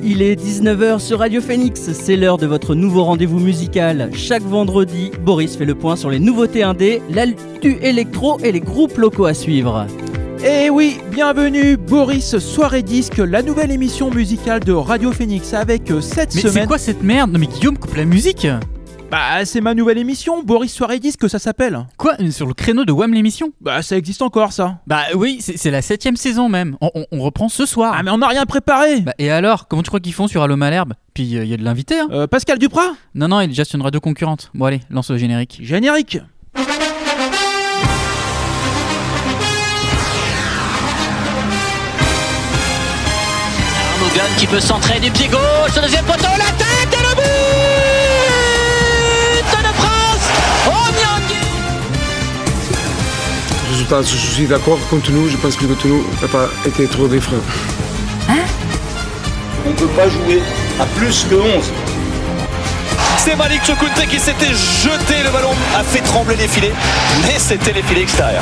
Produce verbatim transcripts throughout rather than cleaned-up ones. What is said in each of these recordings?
Il est dix-neuf heures sur Radio Phoenix, c'est l'heure de votre nouveau rendez-vous musical. Chaque vendredi, Boris fait le point sur les nouveautés indés, l'actu électro et les groupes locaux à suivre. Et oui, bienvenue Boris Soirée Disque, la nouvelle émission musicale de Radio Phoenix avec cette mais semaine... Mais c'est quoi cette merde? Non mais Guillaume coupe la musique. Bah c'est ma nouvelle émission, Boris Soirée Disque ça s'appelle. Quoi? Sur le créneau de Wham l'émission? Bah ça existe encore ça. Bah oui, c'est, c'est la septième saison même, on, on, on reprend ce soir. Ah mais on n'a rien préparé. Bah et alors, comment tu crois qu'ils font sur Allo Malherbe? Puis il euh, y a de l'invité hein. euh, Pascal Duprat? Non non, il est déjà sur une radio concurrente. Bon allez, lance le générique. Générique. Morgan qui peut centrer du pied gauche, le deuxième poteau, la tête et le but de France au Miangi. Résultat, je suis d'accord contre nous, je pense que contre nous n'a pas été trop différent. Hein? On ne peut pas jouer à plus que onze. C'est Malik Choukounté qui s'était jeté, le ballon a fait trembler les filets, mais c'était les filets extérieurs.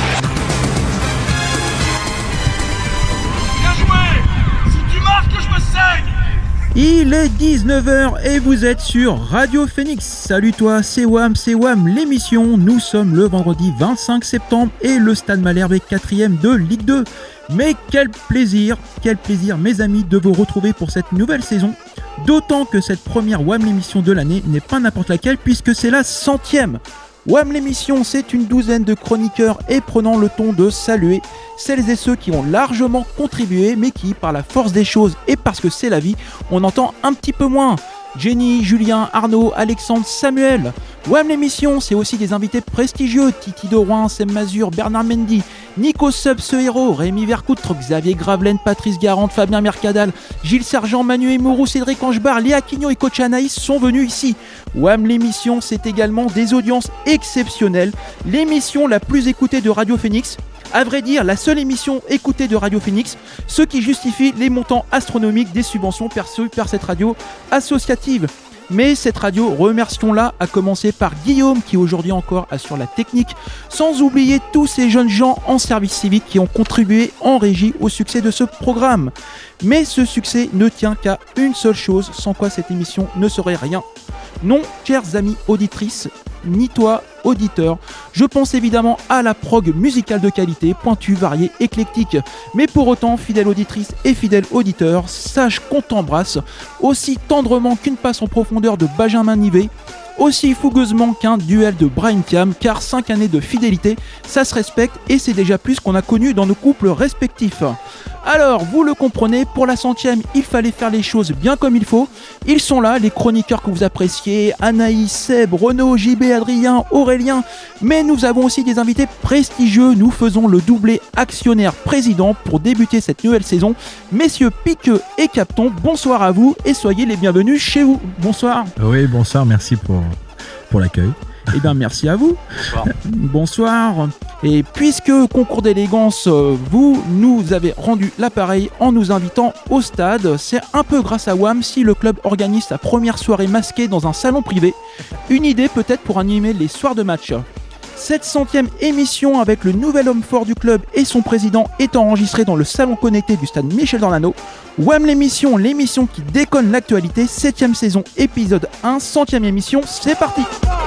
Il est dix-neuf heures et vous êtes sur Radio Phoenix. Salut toi, c'est Wham, c'est Wham l'émission. Nous sommes le vendredi vingt-cinq septembre et le Stade Malherbe est quatrième de Ligue deux. Mais quel plaisir, quel plaisir mes amis de vous retrouver pour cette nouvelle saison. D'autant que cette première Wham l'émission de l'année n'est pas n'importe laquelle puisque c'est la centième. Wham l'émission, c'est une douzaine de chroniqueurs et prenant le ton de saluer celles et ceux qui ont largement contribué mais qui, par la force des choses et parce que c'est la vie, on entend un petit peu moins. Jenny, Julien, Arnaud, Alexandre, Samuel. Wham l'émission, c'est aussi des invités prestigieux, Titi de Rouen, Sem Mazur, Bernard Mendy, Nico Sub, ce héros, Rémi Vercoutre, Xavier Gravelaine, Patrice Garante, Fabien Mercadal, Gilles Sergent, Manu Emourou, Cédric Angebar, Léa Quignon et coach Anaïs sont venus ici. Wham l'émission, c'est également des audiences exceptionnelles, l'émission la plus écoutée de Radio Phoenix. À vrai dire, la seule émission écoutée de Radio Phoenix, ce qui justifie les montants astronomiques des subventions perçues par cette radio associative. Mais cette radio, remercions-la, à commencer par Guillaume qui aujourd'hui encore assure la technique, sans oublier tous ces jeunes gens en service civique qui ont contribué en régie au succès de ce programme. Mais ce succès ne tient qu'à une seule chose, sans quoi cette émission ne serait rien. Non, chers amis auditrices, ni toi, auditeur, je pense évidemment à la prog musicale de qualité, pointue, variée, éclectique. Mais pour autant, fidèle auditrice et fidèle auditeur, sache qu'on t'embrasse aussi tendrement qu'une passe en profondeur de Benjamin Nivet, aussi fougueusement qu'un duel de Brian Thiam, car cinq années de fidélité, ça se respecte et c'est déjà plus qu'on a connu dans nos couples respectifs. Alors, vous le comprenez, pour la centième, il fallait faire les choses bien comme il faut. Ils sont là, les chroniqueurs que vous appréciez, Anaïs, Seb, Renaud, J B, Adrien, Aurélien. Mais nous avons aussi des invités prestigieux. Nous faisons le doublé actionnaire-président pour débuter cette nouvelle saison. Messieurs Piqueux et Capton, bonsoir à vous et soyez les bienvenus chez vous. Bonsoir. Oui, bonsoir, merci pour, pour l'accueil. Eh bien, merci à vous. Bonsoir. Bonsoir. Et puisque concours d'élégance, vous nous avez rendu l'appareil en nous invitant au stade, c'est un peu grâce à Wham si le club organise sa première soirée masquée dans un salon privé. Une idée peut-être pour animer les soirs de match. Cette centième émission avec le nouvel homme fort du club et son président est enregistrée dans le salon connecté du stade Michel Dornano. Wham l'émission, l'émission qui déconne l'actualité, septième saison, épisode un, centième émission, c'est parti.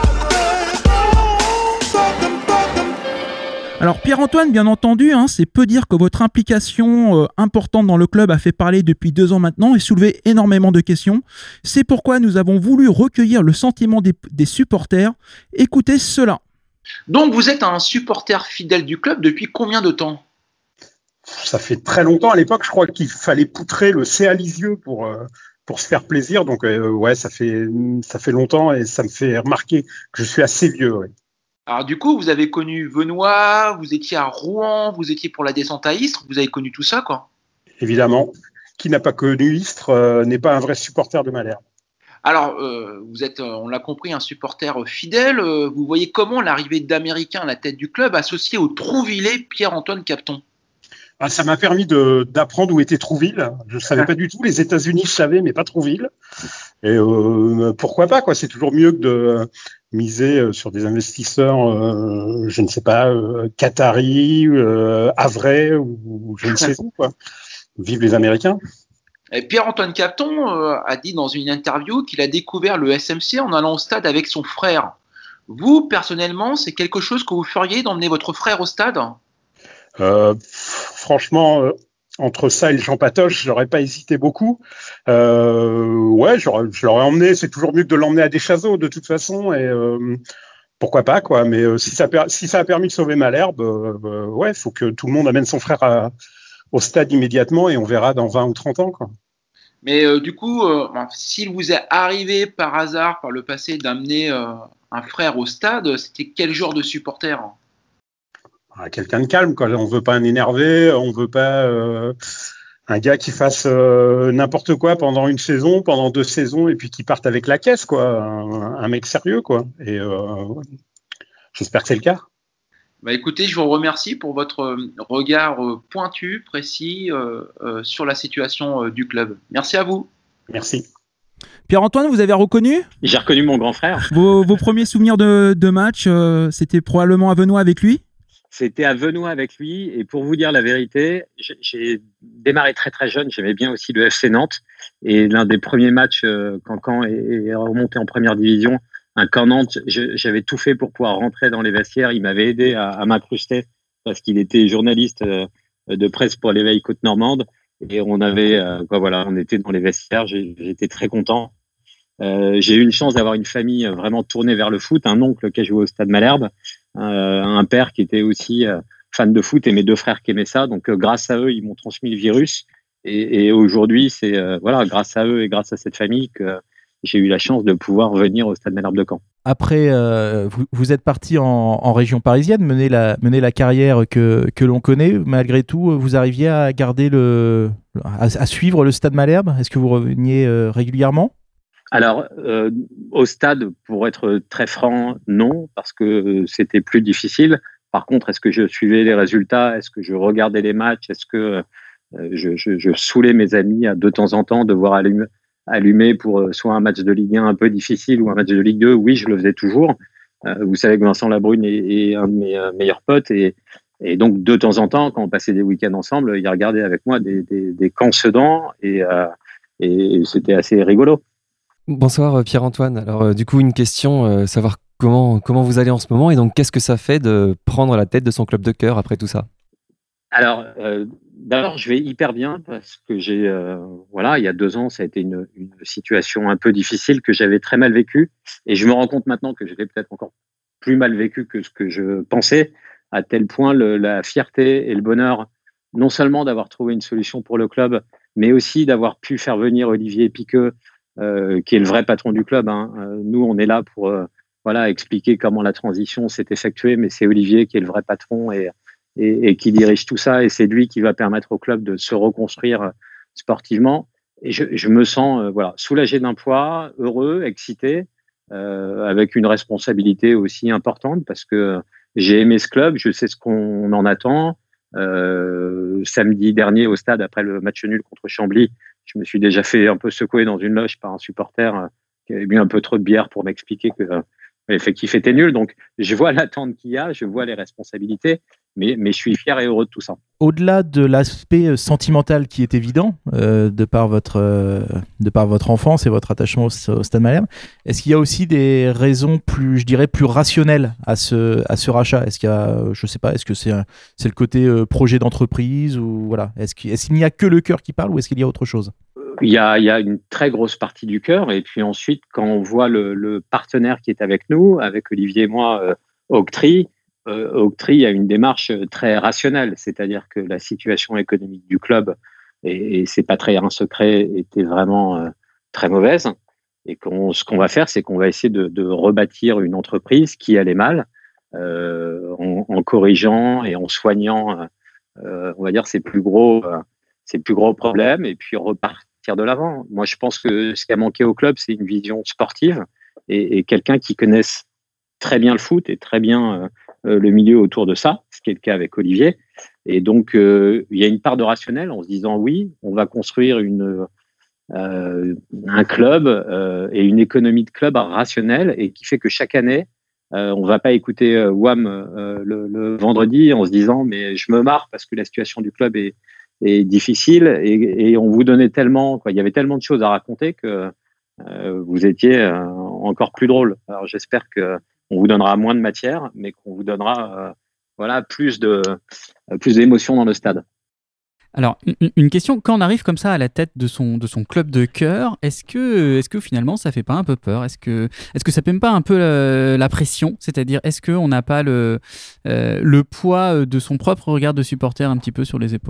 Alors Pierre-Antoine, bien entendu, hein, c'est peu dire que votre implication euh, importante dans le club a fait parler depuis deux ans maintenant et soulevé énormément de questions. C'est pourquoi nous avons voulu recueillir le sentiment des, des supporters. Écoutez cela. Donc vous êtes un supporter fidèle du club depuis combien de temps ? Ça fait très longtemps. À l'époque, je crois qu'il fallait poutrer le C A Lisieux pour, euh, pour se faire plaisir. Donc euh, ouais, ça fait, ça fait longtemps et ça me fait remarquer que je suis assez vieux. Ouais. Alors du coup, vous avez connu Venoy, vous étiez à Rouen, vous étiez pour la descente à Istres, vous avez connu tout ça, quoi. Évidemment. Qui n'a pas connu Istres euh, n'est pas un vrai supporter de Malherbe. Alors, euh, vous êtes, euh, on l'a compris, un supporter fidèle. Euh, vous voyez comment l'arrivée d'Américains à la tête du club associé au Trouvillais Pierre-Antoine Capton ? Ah, ça m'a permis de, d'apprendre où était Trouville. Je ne savais pas du tout. Les États-Unis, je savais, mais pas Trouville. Et euh, pourquoi pas, quoi. C'est toujours mieux que de miser sur des investisseurs, euh, je ne sais pas, euh, qataris, euh, havrais ou, ou je ne sais où, quoi. Vive les Américains. Et Pierre-Antoine Capton euh, a dit dans une interview qu'il a découvert le S M C en allant au stade avec son frère. Vous, personnellement, c'est quelque chose que vous feriez d'emmener votre frère au stade ? euh, Franchement, euh, entre ça et le Jean Patoche, j'aurais pas hésité beaucoup. Euh, ouais, j'aurais, je l'aurais emmené. C'est toujours mieux que de l'emmener à des Chazeaux, de toute façon. Et euh, pourquoi pas, quoi. Mais euh, si, ça per- si ça a permis de sauver Malherbe, euh, euh, ouais, faut que tout le monde amène son frère à, au stade immédiatement et on verra dans vingt ou trente ans, quoi. Mais euh, du coup, euh, s'il vous est arrivé par hasard, par le passé, d'amener euh, un frère au stade, c'était quel genre de supporter ? Ah, quelqu'un de calme, quoi. On veut pas un énervé, on veut pas euh, un gars qui fasse euh, n'importe quoi pendant une saison, pendant deux saisons, et puis qui parte avec la caisse, quoi. Un, un mec sérieux, quoi. Et euh, j'espère que c'est le cas. Bah écoutez, je vous remercie pour votre regard pointu, précis euh, euh, sur la situation euh, du club. Merci à vous. Merci. Pierre-Antoine, vous avez reconnu ? J'ai reconnu mon grand frère. Vos, vos premiers souvenirs de, de match, euh, c'était probablement à Venoy avec lui ? C'était à Venoy avec lui. Et pour vous dire la vérité, j'ai, j'ai démarré très très jeune. J'aimais bien aussi le F C Nantes. Et l'un des premiers matchs, euh, quand Caen est, est remonté en première division, un Caen Nantes, je, j'avais tout fait pour pouvoir rentrer dans les vestiaires. Il m'avait aidé à, à m'incruster parce qu'il était journaliste euh, de presse pour l'Éveil Côte-Normande. Et on avait, euh, quoi, voilà, on était dans les vestiaires. J'ai, j'étais très content. Euh, j'ai eu une chance d'avoir une famille vraiment tournée vers le foot, un oncle qui a joué au Stade Malherbe, euh, un père qui était aussi euh, fan de foot et mes deux frères qui aimaient ça. Donc, euh, grâce à eux, ils m'ont transmis le virus. Et, et aujourd'hui, c'est euh, voilà, grâce à eux et grâce à cette famille que j'ai eu la chance de pouvoir venir au Stade Malherbe de Caen. Après, euh, vous, vous êtes parti en, en région parisienne, mener la, mener la carrière que, que l'on connaît. Malgré tout, vous arriviez à garder le, à, à suivre le Stade Malherbe ? Est-ce que vous reveniez euh, régulièrement ? Alors, euh, au stade, pour être très franc, non, parce que c'était plus difficile. Par contre, est-ce que je suivais les résultats ? Est-ce que je regardais les matchs ? Est-ce que euh, je, je, je saoulais mes amis à de temps en temps de voir allumer, allumer pour euh, soit un match de Ligue un un peu difficile ou un match de Ligue deux ? Oui, je le faisais toujours. Euh, vous savez que Vincent Labrune est, est un de mes euh, meilleurs potes et, et donc de temps en temps, quand on passait des week-ends ensemble, il regardait avec moi des, des, des camps Sedan et, euh, et c'était assez rigolo. Bonsoir Pierre-Antoine. Alors euh, du coup une question, euh, savoir comment comment vous allez en ce moment et donc qu'est-ce que ça fait de prendre la tête de son club de cœur après tout ça ? Alors euh, d'abord je vais hyper bien parce que j'ai euh, voilà il y a deux ans ça a été une, une situation un peu difficile que j'avais très mal vécue et je me rends compte maintenant que je l'ai peut-être encore plus mal vécu que ce que je pensais, à tel point le, la fierté et le bonheur non seulement d'avoir trouvé une solution pour le club mais aussi d'avoir pu faire venir Olivier Piqueux, Euh, qui est le vrai patron du club. Hein. Euh, nous, on est là pour euh, voilà, expliquer comment la transition s'est effectuée, mais c'est Olivier qui est le vrai patron et, et, et qui dirige tout ça, et c'est lui qui va permettre au club de se reconstruire sportivement. Et je, je me sens euh, voilà, soulagé d'un poids, heureux, excité, euh, avec une responsabilité aussi importante, parce que j'ai aimé ce club, je sais ce qu'on en attend. Euh, samedi dernier au stade, après le match nul contre Chambly, je me suis déjà fait un peu secouer dans une loge par un supporter euh, qui avait bu un peu trop de bière pour m'expliquer que euh, l'effectif était nul. Donc, je vois l'attente qu'il y a, je vois les responsabilités, mais, mais je suis fier et heureux de tout ça. Au-delà de l'aspect sentimental qui est évident, euh, de, par votre, euh, de par votre enfance et votre attachement au, au Stade Malherbe, est-ce qu'il y a aussi des raisons plus, je dirais, plus rationnelles à ce, à ce rachat ? Est-ce qu'il y a, je sais pas, est-ce que c'est, un, c'est le côté euh, projet d'entreprise ou voilà, est-ce qu'il, est-ce qu'il n'y a que le cœur qui parle ou est-ce qu'il y a autre chose ? Il y a, il y a une très grosse partie du cœur, et puis ensuite, quand on voit le, le partenaire qui est avec nous, avec Olivier et moi, euh, Octree, euh, Octree a une démarche très rationnelle, c'est-à-dire que la situation économique du club, et, et c'est pas très un secret, était vraiment euh, très mauvaise, et qu'on, ce qu'on va faire, c'est qu'on va essayer de, de rebâtir une entreprise qui allait mal, euh, en, en corrigeant et en soignant, euh, on va dire, ses plus gros, euh, ses plus gros problèmes, et puis repartir de l'avant. Moi, je pense que ce qui a manqué au club, c'est une vision sportive et, et quelqu'un qui connaisse très bien le foot et très bien euh, le milieu autour de ça, ce qui est le cas avec Olivier. Et donc, euh, il y a une part de rationnel en se disant oui, on va construire une, euh, un club euh, et une économie de club rationnelle et qui fait que chaque année, euh, on ne va pas écouter euh, W A M euh, le, le vendredi en se disant mais je me marre parce que la situation du club est et difficile, et, et on vous donnait tellement, quoi, il y avait tellement de choses à raconter que euh, vous étiez euh, encore plus drôle. Alors j'espère que on vous donnera moins de matière, mais qu'on vous donnera euh, voilà plus de euh, plus d'émotions dans le stade. Alors, une, une question, quand on arrive comme ça à la tête de son, de son club de cœur, est-ce que, est-ce que finalement ça fait pas un peu peur ? Est-ce que, est-ce que ça ne met pas un peu la, la pression ? C'est-à-dire, est-ce qu'on n'a pas le, euh, le poids de son propre regard de supporter un petit peu sur les épaules ?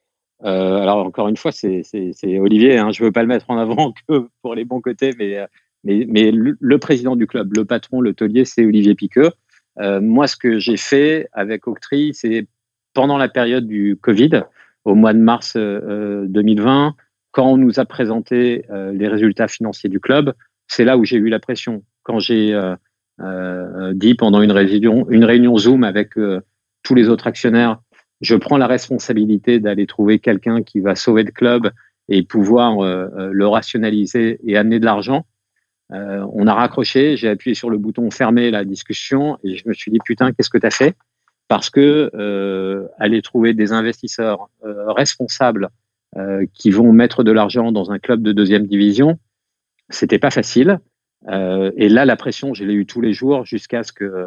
euh, Alors, encore une fois, c'est, c'est, c'est Olivier, hein, je ne veux pas le mettre en avant que pour les bons côtés, mais, mais, mais le, le président du club, le patron, le taulier, c'est Olivier Piqueux. Euh, moi, ce que j'ai fait avec Octree, c'est pendant la période du Covid, au mois de mars euh, deux mille vingt, quand on nous a présenté euh, les résultats financiers du club, c'est là où j'ai eu la pression. Quand j'ai euh, euh, dit pendant une réunion, une réunion Zoom avec euh, tous les autres actionnaires, je prends la responsabilité d'aller trouver quelqu'un qui va sauver le club et pouvoir euh, le rationaliser et amener de l'argent. Euh, on a raccroché, j'ai appuyé sur le bouton fermer la discussion et je me suis dit putain, qu'est-ce que tu as fait ? Parce que euh, aller trouver des investisseurs euh, responsables euh, qui vont mettre de l'argent dans un club de deuxième division, c'était pas facile. Euh, et là, la pression, je l'ai eu tous les jours jusqu'à ce que,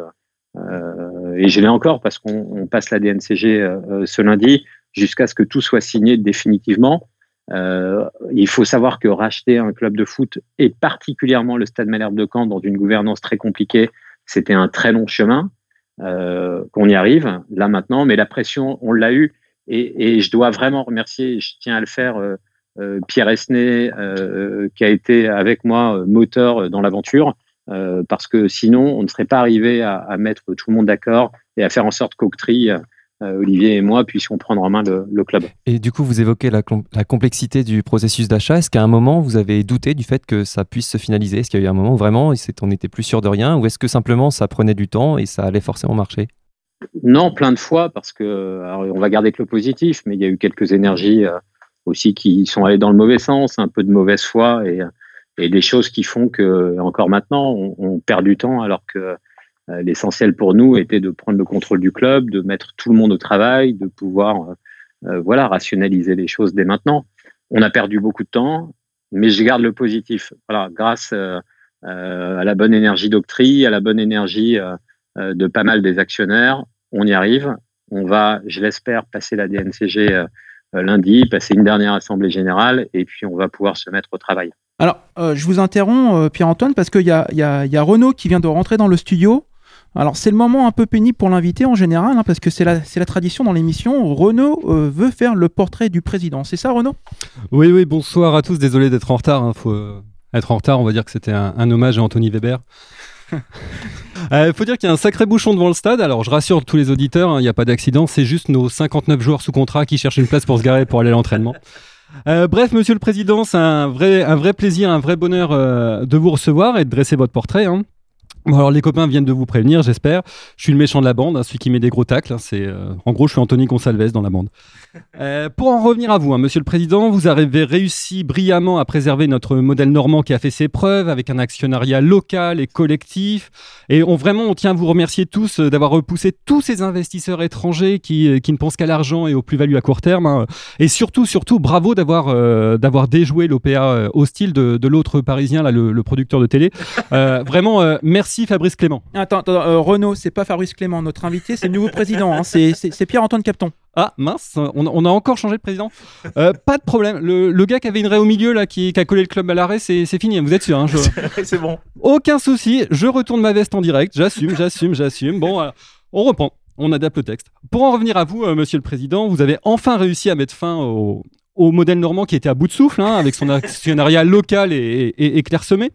euh, et je l'ai encore parce qu'on on passe la D N C G euh, ce lundi, jusqu'à ce que tout soit signé définitivement. Euh, il faut savoir que racheter un club de foot, et particulièrement le Stade Malherbe de Caen, dans une gouvernance très compliquée, c'était un très long chemin. Euh, qu'on y arrive là maintenant, mais la pression on l'a eu et, et je dois vraiment remercier, je tiens à le faire, euh, euh, Pierre Esnay euh, qui a été avec moi moteur dans l'aventure euh, parce que sinon on ne serait pas arrivé à, à mettre tout le monde d'accord et à faire en sorte qu'Octree, euh, Olivier et moi puissions prendre en main le, le club. Et du coup vous évoquez la, la complexité du processus d'achat. Est-ce qu'à un moment vous avez douté du fait que ça puisse se finaliser ? Est-ce qu'il y a eu un moment où vraiment on n'était plus sûr de rien, ou est-ce que simplement ça prenait du temps et ça allait forcément marcher ? Non, plein de fois, parce que alors, on va garder que le positif, mais il y a eu quelques énergies euh, aussi qui sont allées dans le mauvais sens, un peu de mauvaise foi et, et des choses qui font que encore maintenant on, on perd du temps alors que Euh, l'essentiel pour nous était de prendre le contrôle du club, de mettre tout le monde au travail, de pouvoir euh, euh, voilà, rationaliser les choses dès maintenant. On a perdu beaucoup de temps, mais je garde le positif. Voilà, grâce euh, euh, à la bonne énergie d'Octree, à la bonne énergie euh, euh, de pas mal des actionnaires, on y arrive. On va, je l'espère, passer la D N C G euh, lundi, passer une dernière assemblée générale, et puis on va pouvoir se mettre au travail. Alors, euh, je vous interromps, euh, Pierre-Antoine, parce qu'il y a, y a, y a Renaud qui vient de rentrer dans le studio. Alors, c'est le moment un peu pénible pour l'invité en général, hein, parce que c'est la, c'est la tradition dans l'émission. Renaud euh, veut faire le portrait du président. C'est ça, Renaud ? Oui, oui, bonsoir à tous. Désolé d'être en retard. Hein. Faut euh, être en retard, on va dire que c'était un, un hommage à Anthony Weber. Il euh, faut dire qu'il y a un sacré bouchon devant le stade. Alors, je rassure tous les auditeurs, il hein, n'y a pas d'accident. C'est juste nos cinquante-neuf joueurs sous contrat qui cherchent une place pour se garer pour aller à l'entraînement. Euh, bref, monsieur le président, c'est un vrai, un vrai plaisir, un vrai bonheur euh, de vous recevoir et de dresser votre portrait. Hein. Bon, alors les copains viennent de vous prévenir, j'espère. Je suis le méchant de la bande, hein, celui qui met des gros tacles. Hein, c'est, euh, en gros, je suis Anthony Gonçalves dans la bande. Euh, pour en revenir à vous, hein, monsieur le président, vous avez réussi brillamment à préserver notre modèle normand qui a fait ses preuves avec un actionnariat local et collectif. Et on, vraiment, on tient à vous remercier tous euh, d'avoir repoussé tous ces investisseurs étrangers qui, qui ne pensent qu'à l'argent et aux plus-values à court terme. Hein. Et surtout, surtout, bravo d'avoir, euh, d'avoir déjoué l'O P A hostile de, de l'autre parisien, là, le, le producteur de télé. Euh, vraiment, euh, merci Fabrice Clément. Attends, attends euh, Renaud, c'est pas Fabrice Clément, notre invité, c'est le nouveau président, hein, c'est, c'est, c'est Pierre-Antoine Capton. Ah mince, on, on a encore changé de président. Euh, pas de problème, le, le gars qui avait une raie au milieu, là, qui, qui a collé le club à l'arrêt, c'est, c'est fini, vous êtes sûr hein, je... C'est bon. Aucun souci, je retourne ma veste en direct, j'assume, j'assume, j'assume. Bon, euh, on reprend, on adapte le texte. Pour en revenir à vous, euh, monsieur le président, vous avez enfin réussi à mettre fin au, au modèle normand qui était à bout de souffle, hein, avec son actionnariat local et, et, et clairsemé.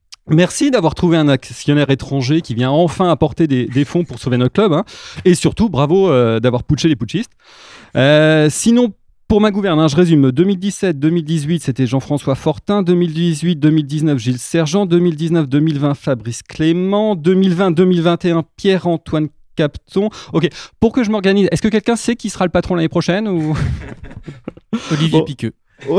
Merci d'avoir trouvé un actionnaire étranger qui vient enfin apporter des, des fonds pour sauver notre club. Hein. Et surtout, bravo euh, d'avoir putché les putschistes. Euh, sinon, pour ma gouverne, hein, je résume. deux mille dix-sept deux mille dix-huit, c'était Jean-François Fortin. deux mille dix-huit deux mille dix-neuf, Gilles Sergent. deux mille dix-neuf deux mille vingt, Fabrice Clément. deux mille vingt deux mille vingt et un, Pierre-Antoine Capton. Ok, pour que je m'organise, est-ce que quelqu'un sait qui sera le patron l'année prochaine ou... Olivier bon. Piqueux.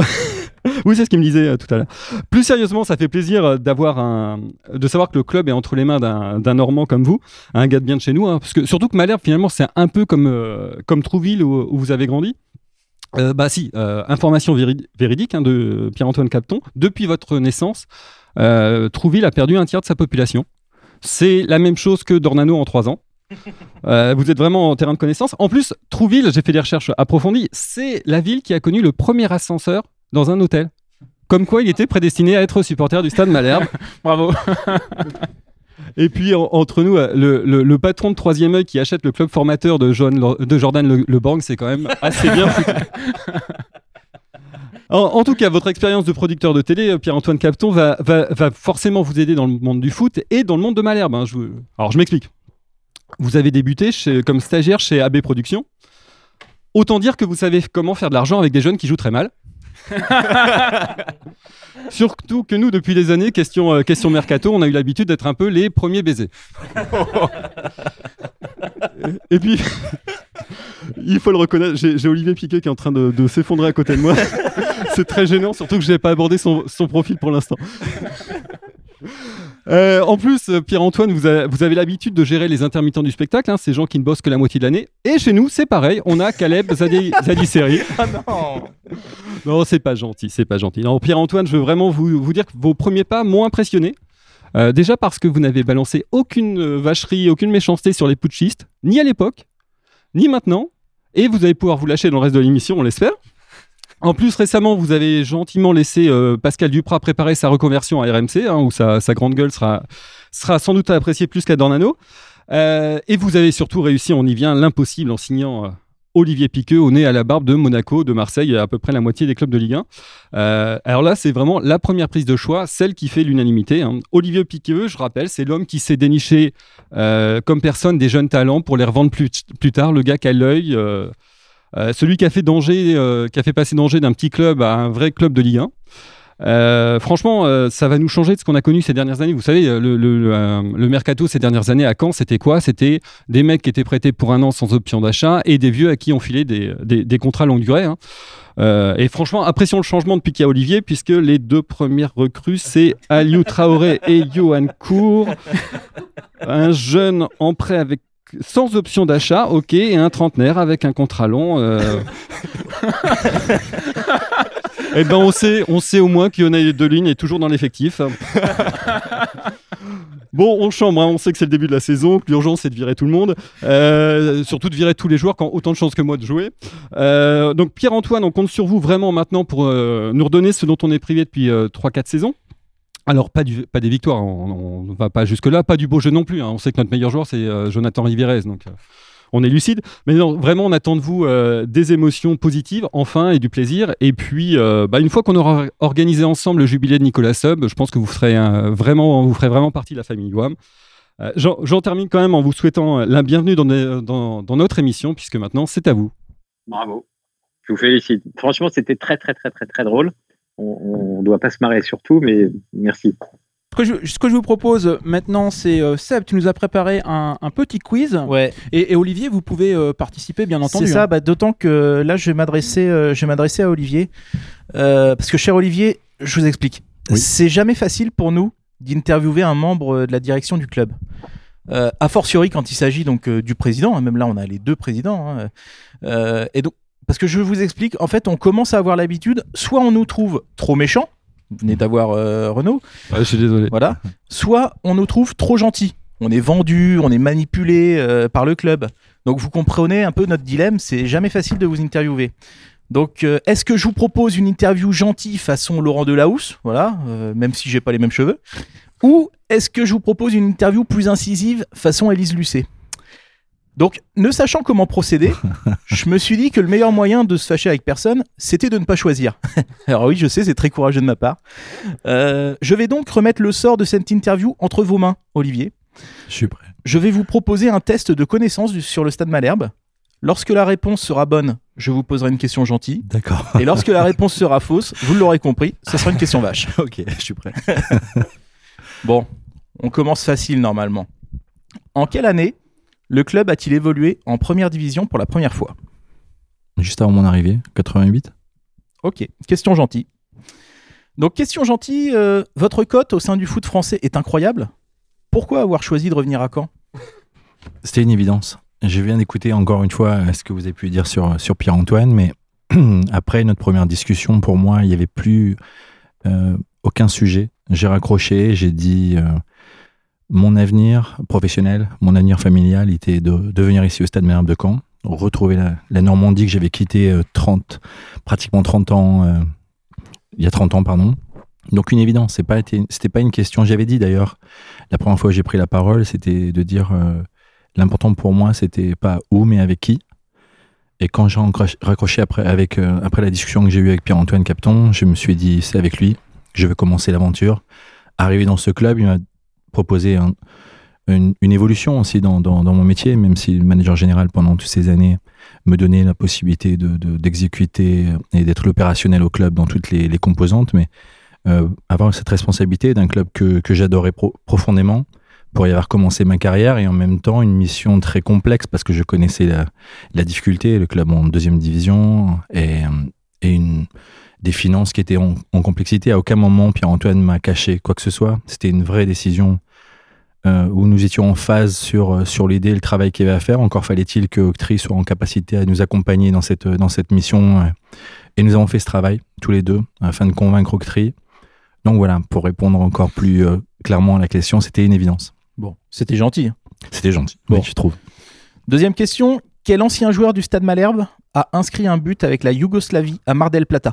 Oui, c'est ce qu'il me disait euh, tout à l'heure. Plus sérieusement, ça fait plaisir euh, d'avoir un... de savoir que le club est entre les mains d'un, d'un Normand comme vous, un gars de bien de chez nous, hein, parce que surtout que Malherbe, finalement, c'est un peu comme, euh, comme Trouville où, où vous avez grandi. Euh, bah si, euh, information véri- véridique hein, de Pierre-Antoine Capton. Depuis votre naissance, euh, Trouville a perdu un tiers de sa population. C'est la même chose que Dornano en trois ans. Euh, vous êtes vraiment en terrain de connaissance. En plus, Trouville, j'ai fait des recherches approfondies, c'est la ville qui a connu le premier ascenseur dans un hôtel. Comme quoi, il était prédestiné à être supporter du Stade Malherbe. Bravo. Et puis, en, entre nous, le, le, le patron de Troisième Œil qui achète le club formateur de, John, de Jordan Le, Le Borgne, c'est quand même assez bien foutu. En, en tout cas, votre expérience de producteur de télé, Pierre-Antoine Capton, va, va, va forcément vous aider dans le monde du foot et dans le monde de Malherbe. Hein. Je vous... Alors, je m'explique. Vous avez débuté chez, comme stagiaire chez A B Productions. Autant dire que vous savez comment faire de l'argent avec des jeunes qui jouent très mal. Surtout que nous, depuis des années, question, euh, question mercato, on a eu l'habitude d'être un peu les premiers baisers. Et puis, il faut le reconnaître, j'ai, j'ai Olivier Piquet qui est en train de, de s'effondrer à côté de moi. C'est très gênant, surtout que je n'ai pas abordé son, son profil pour l'instant. Euh, en plus, Pierre-Antoine, vous, a, vous avez l'habitude de gérer les intermittents du spectacle, hein, ces gens qui ne bossent que la moitié de l'année. Et chez nous, c'est pareil, on a Caleb Zadi, Zadisseri. Ah non. Non, c'est pas gentil, c'est pas gentil. Non, Pierre-Antoine, je veux vraiment vous, vous dire que vos premiers pas m'ont impressionné. Euh, déjà parce que vous n'avez balancé aucune euh, vacherie, aucune méchanceté sur les putschistes, ni à l'époque, ni maintenant. Et vous allez pouvoir vous lâcher dans le reste de l'émission, on l'espère. En plus, récemment, vous avez gentiment laissé euh, Pascal Duprat préparer sa reconversion à R M C, hein, où sa, sa grande gueule sera, sera sans doute appréciée plus qu'à Dornano. Euh, et vous avez surtout réussi, on y vient, l'impossible en signant euh, Olivier Piqueux au nez à la barbe de Monaco, de Marseille, à peu près la moitié des clubs de Ligue un. Euh, alors là, c'est vraiment la première prise de choix, celle qui fait l'unanimité. Hein. Olivier Piqueux, je rappelle, c'est l'homme qui s'est déniché euh, comme personne des jeunes talents pour les revendre plus, plus tard, le gars qui a l'œil... Euh, Euh, celui qui a fait danger, euh, qui a fait passer danger d'un petit club à un vrai club de Ligue un. Euh, franchement, euh, ça va nous changer de ce qu'on a connu ces dernières années. Vous savez, le, le, le, euh, le mercato ces dernières années à Caen, c'était quoi ? C'était des mecs qui étaient prêtés pour un an sans option d'achat et des vieux à qui on filait des, des, des contrats longue durée. Hein. Euh, et franchement, apprécions le changement depuis qu'il y a Olivier, puisque les deux premières recrues, c'est Aliou Traoré et Johan Cour. Un jeune en prêt avec sans option d'achat, ok, et un trentenaire avec un contrat long. Euh... Eh ben on sait, on sait au moins qu'Yonay de Ligne est toujours dans l'effectif. Bon, on chambre, hein, on sait que c'est le début de la saison, que l'urgence c'est de virer tout le monde, euh, surtout de virer tous les joueurs qui ont autant de chances que moi de jouer. Euh, donc Pierre-Antoine, on compte sur vous vraiment maintenant pour euh, nous redonner ce dont on est privé depuis euh, trois quatre saisons. Alors, pas, du, pas des victoires, on ne va pas jusque-là, pas du beau jeu non plus. Hein. On sait que notre meilleur joueur, c'est euh, Jonathan Rivérez, donc euh, on est lucide. Mais non, vraiment, on attend de vous euh, des émotions positives, enfin, et du plaisir. Et puis, euh, bah, une fois qu'on aura organisé ensemble le jubilé de Nicolas Sub, je pense que vous ferez, euh, vraiment, vous ferez vraiment partie de la famille W A M. Euh, j'en, j'en termine quand même en vous souhaitant la bienvenue dans, des, dans, dans notre émission, puisque maintenant, c'est à vous. Bravo. Je vous félicite. Franchement, c'était très, très, très, très, très drôle. On ne doit pas se marrer surtout, mais merci. Ce que, je, ce que je vous propose maintenant, c'est euh, Seb, tu nous as préparé un, un petit quiz. Ouais. Et, et Olivier, vous pouvez euh, participer, bien entendu. C'est ça, hein. bah, d'autant que là, je vais m'adresser, euh, je vais m'adresser à Olivier. Euh, parce que, cher Olivier, je vous explique. Oui. C'est jamais facile pour nous d'interviewer un membre de la direction du club. Euh, a fortiori quand il s'agit donc euh, du président, hein, même là, on a les deux présidents. Hein, euh, et donc, parce que je vous explique, en fait, on commence à avoir l'habitude, soit on nous trouve trop méchants, vous venez d'avoir euh, Renaud. Ouais, je suis désolé. Voilà. Soit on nous trouve trop gentils. On est vendu, on est manipulé euh, par le club. Donc vous comprenez un peu notre dilemme, c'est jamais facile de vous interviewer. Donc euh, est-ce que je vous propose une interview gentille façon Laurent Delahousse, voilà, euh, même si j'ai pas les mêmes cheveux, ou est-ce que je vous propose une interview plus incisive façon Élise Lucet ? Donc, ne sachant comment procéder, je me suis dit que le meilleur moyen de se fâcher avec personne, c'était de ne pas choisir. Alors oui, je sais, c'est très courageux de ma part. Euh, je vais donc remettre le sort de cette interview entre vos mains, Olivier. Je suis prêt. Je vais vous proposer un test de connaissance du, sur le Stade Malherbe. Lorsque la réponse sera bonne, je vous poserai une question gentille. D'accord. Et lorsque la réponse sera fausse, vous l'aurez compris, ce sera une question vache. Ok, je suis prêt. Bon, on commence facile normalement. En quelle année le club a-t-il évolué en première division pour la première fois ? Juste avant mon arrivée, quatre-vingt-huit. Ok, question gentille. Donc, question gentille, euh, votre cote au sein du foot français est incroyable. Pourquoi avoir choisi de revenir à Caen ? C'était une évidence. Je viens d'écouter encore une fois ce que vous avez pu dire sur, sur Pierre-Antoine, mais après notre première discussion, pour moi, il n'y avait plus euh, aucun sujet. J'ai raccroché, j'ai dit euh, mon avenir professionnel, mon avenir familial était de, de venir ici au Stade Malherbe de Caen, retrouver la, la Normandie que j'avais quittée euh, trente, pratiquement trente ans, euh, il y a trente ans, pardon. Donc une évidence, c'est pas été, c'était pas une question. J'avais dit d'ailleurs, la première fois que j'ai pris la parole, c'était de dire euh, l'important pour moi, c'était pas où, mais avec qui. Et quand j'ai raccroché après, avec, euh, après la discussion que j'ai eue avec Pierre-Antoine Capton, je me suis dit, c'est avec lui, je veux commencer l'aventure. Arrivé dans ce club, il m'a proposé un, une, une évolution aussi dans, dans, dans mon métier, même si le manager général, pendant toutes ces années, me donnait la possibilité de, de, d'exécuter et d'être l'opérationnel au club dans toutes les, les composantes. Mais euh, avoir cette responsabilité d'un club que, que j'adorais pro- profondément, pour y avoir commencé ma carrière, et en même temps une mission très complexe parce que je connaissais la, la difficulté, le club en deuxième division et, et une, des finances qui étaient en, en complexité. À aucun moment Pierre-Antoine m'a caché quoi que ce soit. C'était une vraie décision euh, où nous étions en phase sur, sur l'idée et le travail qu'il y avait à faire. Encore fallait-il que Octree soit en capacité à nous accompagner dans cette, dans cette mission, et nous avons fait ce travail tous les deux afin de convaincre Octree. Donc voilà, pour répondre encore plus euh, clairement à la question, c'était une évidence. Bon, c'était gentil. C'était gentil, bon. Oui, je trouve. Deuxième question. Quel ancien joueur du Stade Malherbe a inscrit un but avec la Yougoslavie à Mar del Plata?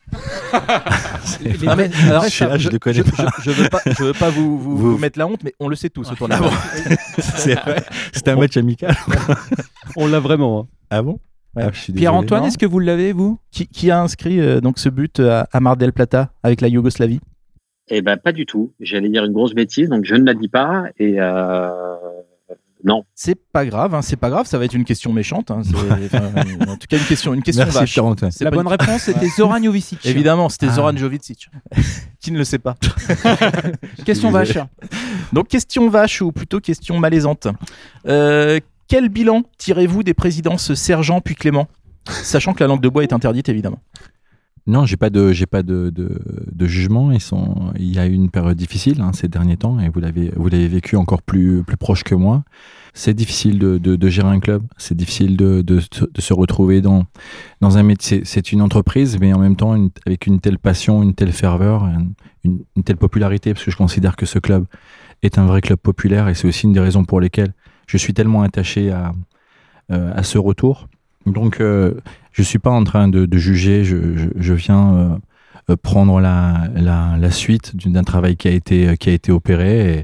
Non, mais, alors, je, ça, je, je, je, je, je veux pas, je veux pas vous, vous, vous, vous mettre la honte, mais on le sait tous. Ah, ah bon. C'est vrai. C'était un match amical. On l'a vraiment. Hein. Ah bon? Ouais. Ah, Pierre-Antoine, est-ce que vous l'avez, vous qui, qui a inscrit euh, donc ce but à, à Mar del Plata avec la Yougoslavie? Eh ben pas du tout. J'allais dire une grosse bêtise, donc je ne la dis pas. Et euh... non. C'est pas grave, hein, c'est pas grave. Ça va être une question méchante. Hein, en tout cas, une question, une question Merci, vache. Pierre-Antoine. La bonne une... réponse, c'était Zoran Jovicic. Évidemment, c'était ah. Zoran Jovicic. Qui ne le sait pas? Question vache. Donc question vache ou plutôt question malaisante. Euh, quel bilan tirez-vous des présidences Sergent puis Clément, sachant que la langue de bois est interdite évidemment? Non, j'ai pas de, j'ai pas de, de, de jugement. Ils sont, il y a eu une période difficile hein, ces derniers temps, et vous l'avez, vous l'avez vécu encore plus, plus proche que moi. C'est difficile de, de, de gérer un club. C'est difficile de, de, de se retrouver dans, dans un métier. C'est une entreprise, mais en même temps une, avec une telle passion, une telle ferveur, une, une telle popularité, parce que je considère que ce club est un vrai club populaire, et c'est aussi une des raisons pour lesquelles je suis tellement attaché à, euh, à ce retour. Donc, euh, je ne suis pas en train de, de juger, je, je, je viens euh, prendre la, la, la suite d'un travail qui a été, qui a été opéré,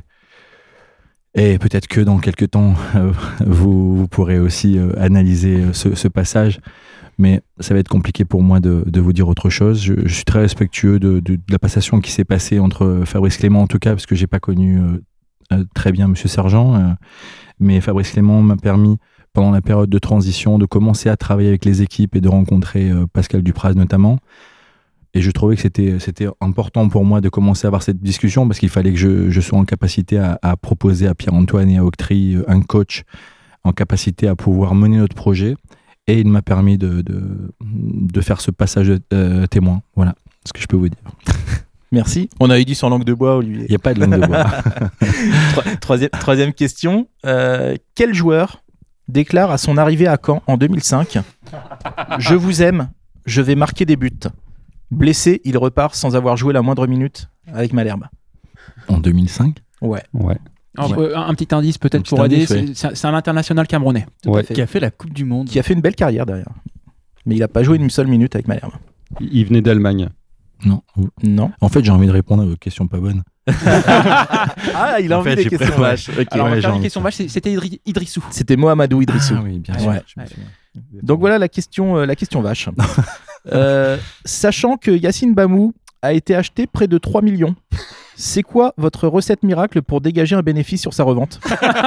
et, et peut-être que dans quelques temps, euh, vous, vous pourrez aussi euh, analyser ce, ce passage, mais ça va être compliqué pour moi de, de vous dire autre chose. Je, je suis très respectueux de, de, de la passation qui s'est passée entre Fabrice Clément, en tout cas, parce que je n'ai pas connu euh, très bien M. Sergent, euh, mais Fabrice Clément m'a permis, pendant la période de transition, de commencer à travailler avec les équipes et de rencontrer euh, Pascal Dupraz notamment. Et je trouvais que c'était, c'était important pour moi de commencer à avoir cette discussion, parce qu'il fallait que je, je sois en capacité à, à proposer à Pierre-Antoine et à Octree un coach en capacité à pouvoir mener notre projet. Et il m'a permis de, de, de faire ce passage de euh, témoin. Voilà ce que je peux vous dire. Merci. On avait dit sans langue de bois, Olivier. Il n'y a pas de langue de bois. troisième, troisième question. Euh, quel joueur déclare à son arrivée à Caen en deux mille cinq « Je vous aime, je vais marquer des buts ». Blessé, il repart sans avoir joué la moindre minute avec Malherbe. En deux mille cinq ? Ouais. Ouais. Alors, ouais. Un petit indice peut-être petit pour indice, aider, ouais. c'est, c'est un international camerounais. Ouais. Qui a fait la Coupe du Monde. Qui a fait une belle carrière derrière. Mais il n'a pas joué une seule minute avec Malherbe. Il venait d'Allemagne. Non. Non. En fait, j'ai envie de répondre à vos questions pas bonnes. Ah, il a En envie fait, des j'ai questions pré- vaches. Ok. Alors, on Ouais, va faire j'ai une question vache, c'est- c'était Idri- Idrissou. C'était Mohamedou Idrissou. Ah oui, bien sûr. Ouais. je me souviens. Donc voilà la question, euh, la question vache. euh, sachant que Yacine Bamou a été acheté près de trois millions, c'est quoi votre recette miracle pour dégager un bénéfice sur sa revente?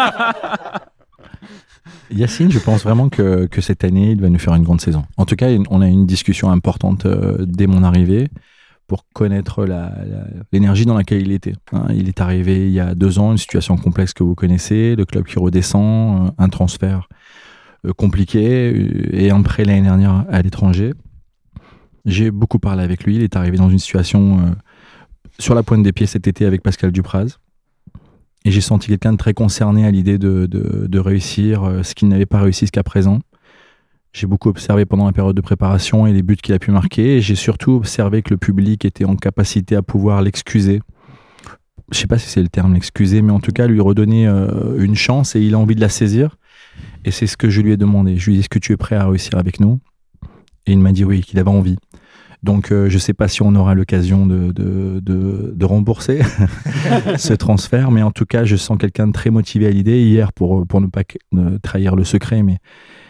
Yacine, je pense vraiment que, que cette année, il va nous faire une grande saison. En tout cas, on a eu une discussion importante euh, dès mon arrivée pour connaître la, la, l'énergie dans laquelle il était. Hein, il est arrivé il y a deux ans, une situation complexe que vous connaissez, le club qui redescend, un transfert euh, compliqué et un prêt l'année dernière à l'étranger. J'ai beaucoup parlé avec lui. Il est arrivé dans une situation euh, sur la pointe des pieds cet été avec Pascal Dupraz. Et j'ai senti quelqu'un de très concerné à l'idée de, de, de réussir euh, ce qu'il n'avait pas réussi jusqu'à présent. J'ai beaucoup observé pendant la période de préparation et les buts qu'il a pu marquer. Et j'ai surtout observé que le public était en capacité à pouvoir l'excuser. Je ne sais pas si c'est le terme l'excuser, mais en tout cas lui redonner euh, une chance et il a envie de la saisir. Et c'est ce que je lui ai demandé. Je lui ai dit, est-ce que tu es prêt à réussir avec nous ? Et il m'a dit oui, qu'il avait envie. Donc euh, je ne sais pas si on aura l'occasion de, de, de, de rembourser ce transfert, mais en tout cas je sens quelqu'un de très motivé à l'idée. Hier, pour, pour ne pas ne trahir le secret, mais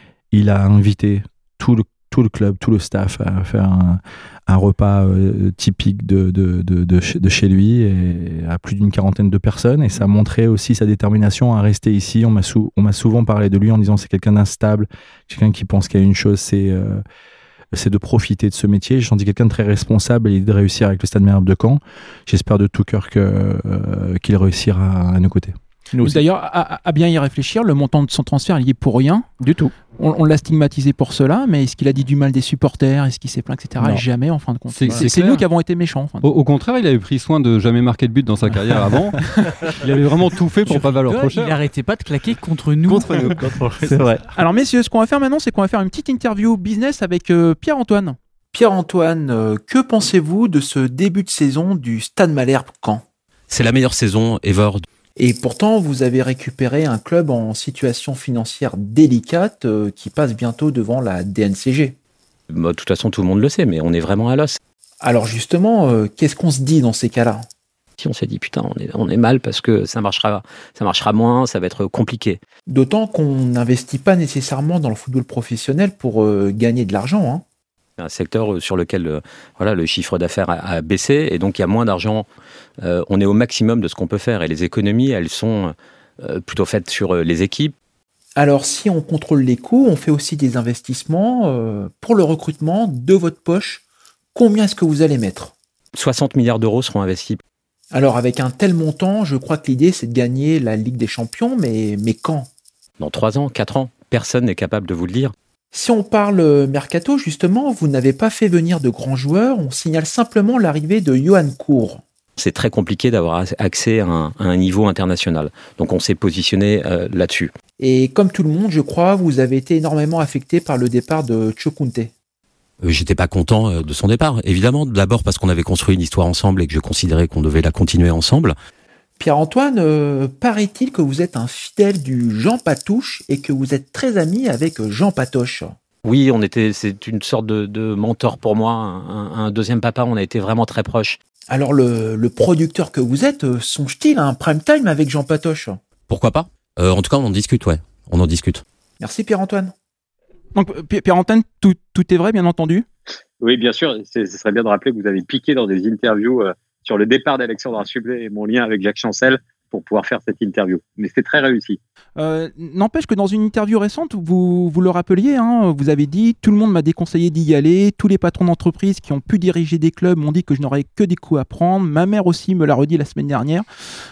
il a invité tout le, tout le club, tout le staff à faire un, un repas euh, typique de, de, de, de, de chez lui, et à plus d'une quarantaine de personnes, et ça montrait aussi sa détermination à rester ici. On m'a, sou, on m'a souvent parlé de lui en disant c'est quelqu'un d'instable, quelqu'un qui pense qu'il y a une chose, c'est... Euh, c'est de profiter de ce métier. J'ai senti quelqu'un de très responsable et de réussir avec le Stade Malherbe de Caen. J'espère de tout cœur que, euh, qu'il réussira à nos côtés. D'ailleurs, à, à bien y réfléchir, le montant de son transfert, il y est pour rien. Du tout. On, on l'a stigmatisé pour cela, mais est-ce qu'il a dit du mal des supporters ? Est-ce qu'il s'est plaint, et cetera. Jamais, en fin de compte. C'est, c'est, c'est, c'est nous qui avons été méchants. En fin de au, au contraire, il avait pris soin de jamais marquer de but dans sa carrière avant. Il avait vraiment tout fait pour ne pas valoir trop cher. Il n'arrêtait pas de claquer contre nous. Contre nous. Contre c'est vrai. Alors messieurs, ce qu'on va faire maintenant, c'est qu'on va faire une petite interview business avec euh, Pierre-Antoine. Pierre-Antoine, euh, que pensez-vous de ce début de saison du Stade Malherbe Caen ? C'est la meilleure saison ever. Et pourtant, vous avez récupéré un club en situation financière délicate euh, qui passe bientôt devant la D N C G. Bah, de toute façon, tout le monde le sait, mais on est vraiment à l'os. Alors justement, euh, qu'est-ce qu'on se dit dans ces cas-là ? Si on s'est dit, putain, on est, on est mal parce que ça marchera, ça marchera moins, ça va être compliqué. D'autant qu'on n'investit pas nécessairement dans le football professionnel pour euh, gagner de l'argent, hein. C'est un secteur sur lequel euh, voilà, le chiffre d'affaires a, a baissé et donc il y a moins d'argent. Euh, on est au maximum de ce qu'on peut faire et les économies, elles sont euh, plutôt faites sur euh, les équipes. Alors si on contrôle les coûts, on fait aussi des investissements euh, pour le recrutement de votre poche. Combien est-ce que vous allez mettre ? soixante milliards d'euros seront investis. Alors avec un tel montant, je crois que l'idée c'est de gagner la Ligue des Champions, mais, mais quand ? Dans trois ans, quatre ans, personne n'est capable de vous le dire. Si on parle mercato, justement, vous n'avez pas fait venir de grands joueurs, on signale simplement l'arrivée de Johan Cour. C'est très compliqué d'avoir accès à un, à un niveau international. Donc on s'est positionné euh, là-dessus. Et comme tout le monde, je crois, vous avez été énormément affecté par le départ de Tchokounte. Euh, j'étais pas content euh, de son départ, évidemment. D'abord parce qu'on avait construit une histoire ensemble et que je considérais qu'on devait la continuer ensemble. Pierre-Antoine, euh, paraît-il que vous êtes un fidèle du Jean Patouche et que vous êtes très ami avec Jean Patoche. Oui, on était, c'est une sorte de, de mentor pour moi, un, un deuxième papa, on a été vraiment très proches. Alors le, le producteur que vous êtes, songe-t-il à un prime time avec Jean Patoche ? Pourquoi pas ? euh, En tout cas, on en discute, ouais, on en discute. Merci Pierre-Antoine. Donc Pierre-Antoine, tout, tout est vrai, bien entendu ? Oui, bien sûr, ce serait bien de rappeler que vous avez piqué dans des interviews... Euh, sur le départ d'Alexandre Sublet et mon lien avec Jacques Chancel pour pouvoir faire cette interview. Mais c'est très réussi. Euh, n'empêche que dans une interview récente, vous, vous le rappeliez, hein, vous avez dit « Tout le monde m'a déconseillé d'y aller, tous les patrons d'entreprise qui ont pu diriger des clubs m'ont dit que je n'aurais que des coups à prendre, ma mère aussi me l'a redit la semaine dernière. Euh, »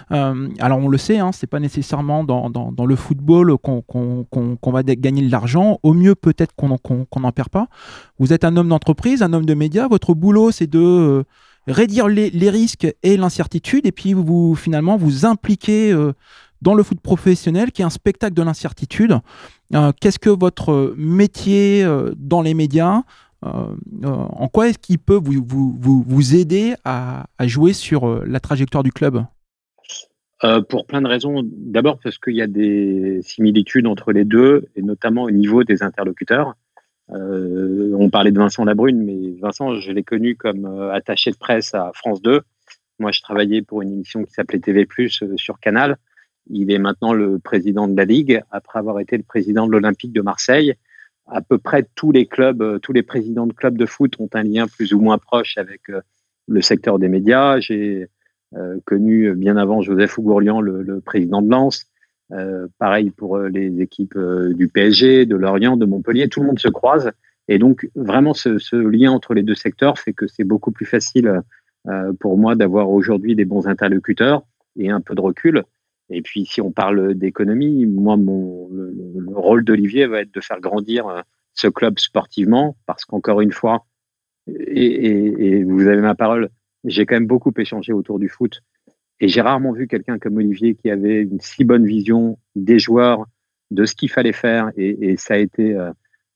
Alors on le sait, hein, c'est pas nécessairement dans, dans, dans le football qu'on, qu'on, qu'on, qu'on va gagner de l'argent, au mieux peut-être qu'on n'en qu'on, qu'on perd pas. Vous êtes un homme d'entreprise, un homme de médias, votre boulot c'est de... Euh, réduire les, les risques et l'incertitude, et puis vous finalement vous impliquez euh, dans le foot professionnel, qui est un spectacle de l'incertitude. Euh, qu'est-ce que votre métier euh, dans les médias, euh, euh, en quoi est-ce qu'il peut vous, vous, vous, vous aider à, à jouer sur euh, la trajectoire du club ? euh, Pour plein de raisons. D'abord parce qu'il y a des similitudes entre les deux, et notamment au niveau des interlocuteurs. Euh, on parlait de Vincent Labrune, mais Vincent, je l'ai connu comme euh, attaché de presse à France deux. Moi, je travaillais pour une émission qui s'appelait T V plus, euh, sur Canal. Il est maintenant le président de la Ligue, après avoir été le président de l'Olympique de Marseille. À peu près tous les clubs, euh, tous les présidents de clubs de foot ont un lien plus ou moins proche avec euh, le secteur des médias. J'ai euh, connu bien avant Joseph Ougourlian, le, le président de Lens. Euh, pareil pour euh, les équipes euh, du P S G, de Lorient, de Montpellier, tout le monde se croise et donc vraiment ce, ce lien entre les deux secteurs fait que c'est beaucoup plus facile euh, pour moi d'avoir aujourd'hui des bons interlocuteurs et un peu de recul. Et puis si on parle d'économie, moi mon le, le rôle d'Olivier va être de faire grandir euh, ce club sportivement parce qu'encore une fois, et, et, et vous avez ma parole, j'ai quand même beaucoup échangé autour du foot. Et j'ai rarement vu quelqu'un comme Olivier qui avait une si bonne vision des joueurs, de ce qu'il fallait faire. Et, et ça a été euh,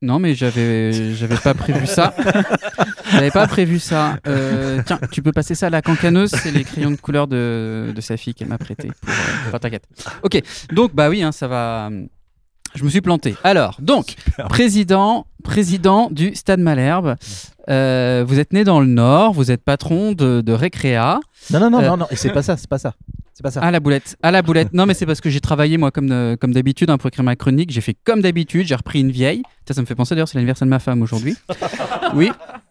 Non, mais j'avais, j'avais pas prévu ça. J'avais pas prévu ça. Euh, tiens, tu peux passer ça à la cancaneuse, c'est les crayons de couleur de, de sa fille qu'elle m'a prêté. Pour, euh, enfin, t'inquiète. Ok, donc bah oui, hein, ça va. Je me suis planté. Alors, donc, président, président du Stade Malherbe. Euh, vous êtes né dans le Nord, vous êtes patron de, de Récréa. Non, non, non, Euh, non, non, et c'est pas ça, c'est pas ça. C'est pas ça. À la boulette, à la boulette. Non, mais c'est parce que j'ai travaillé, moi, comme, de- comme d'habitude, hein, pour écrire ma chronique. J'ai fait comme d'habitude, j'ai repris une vieille. Ça, ça me fait penser d'ailleurs, c'est l'anniversaire de ma femme aujourd'hui. Oui.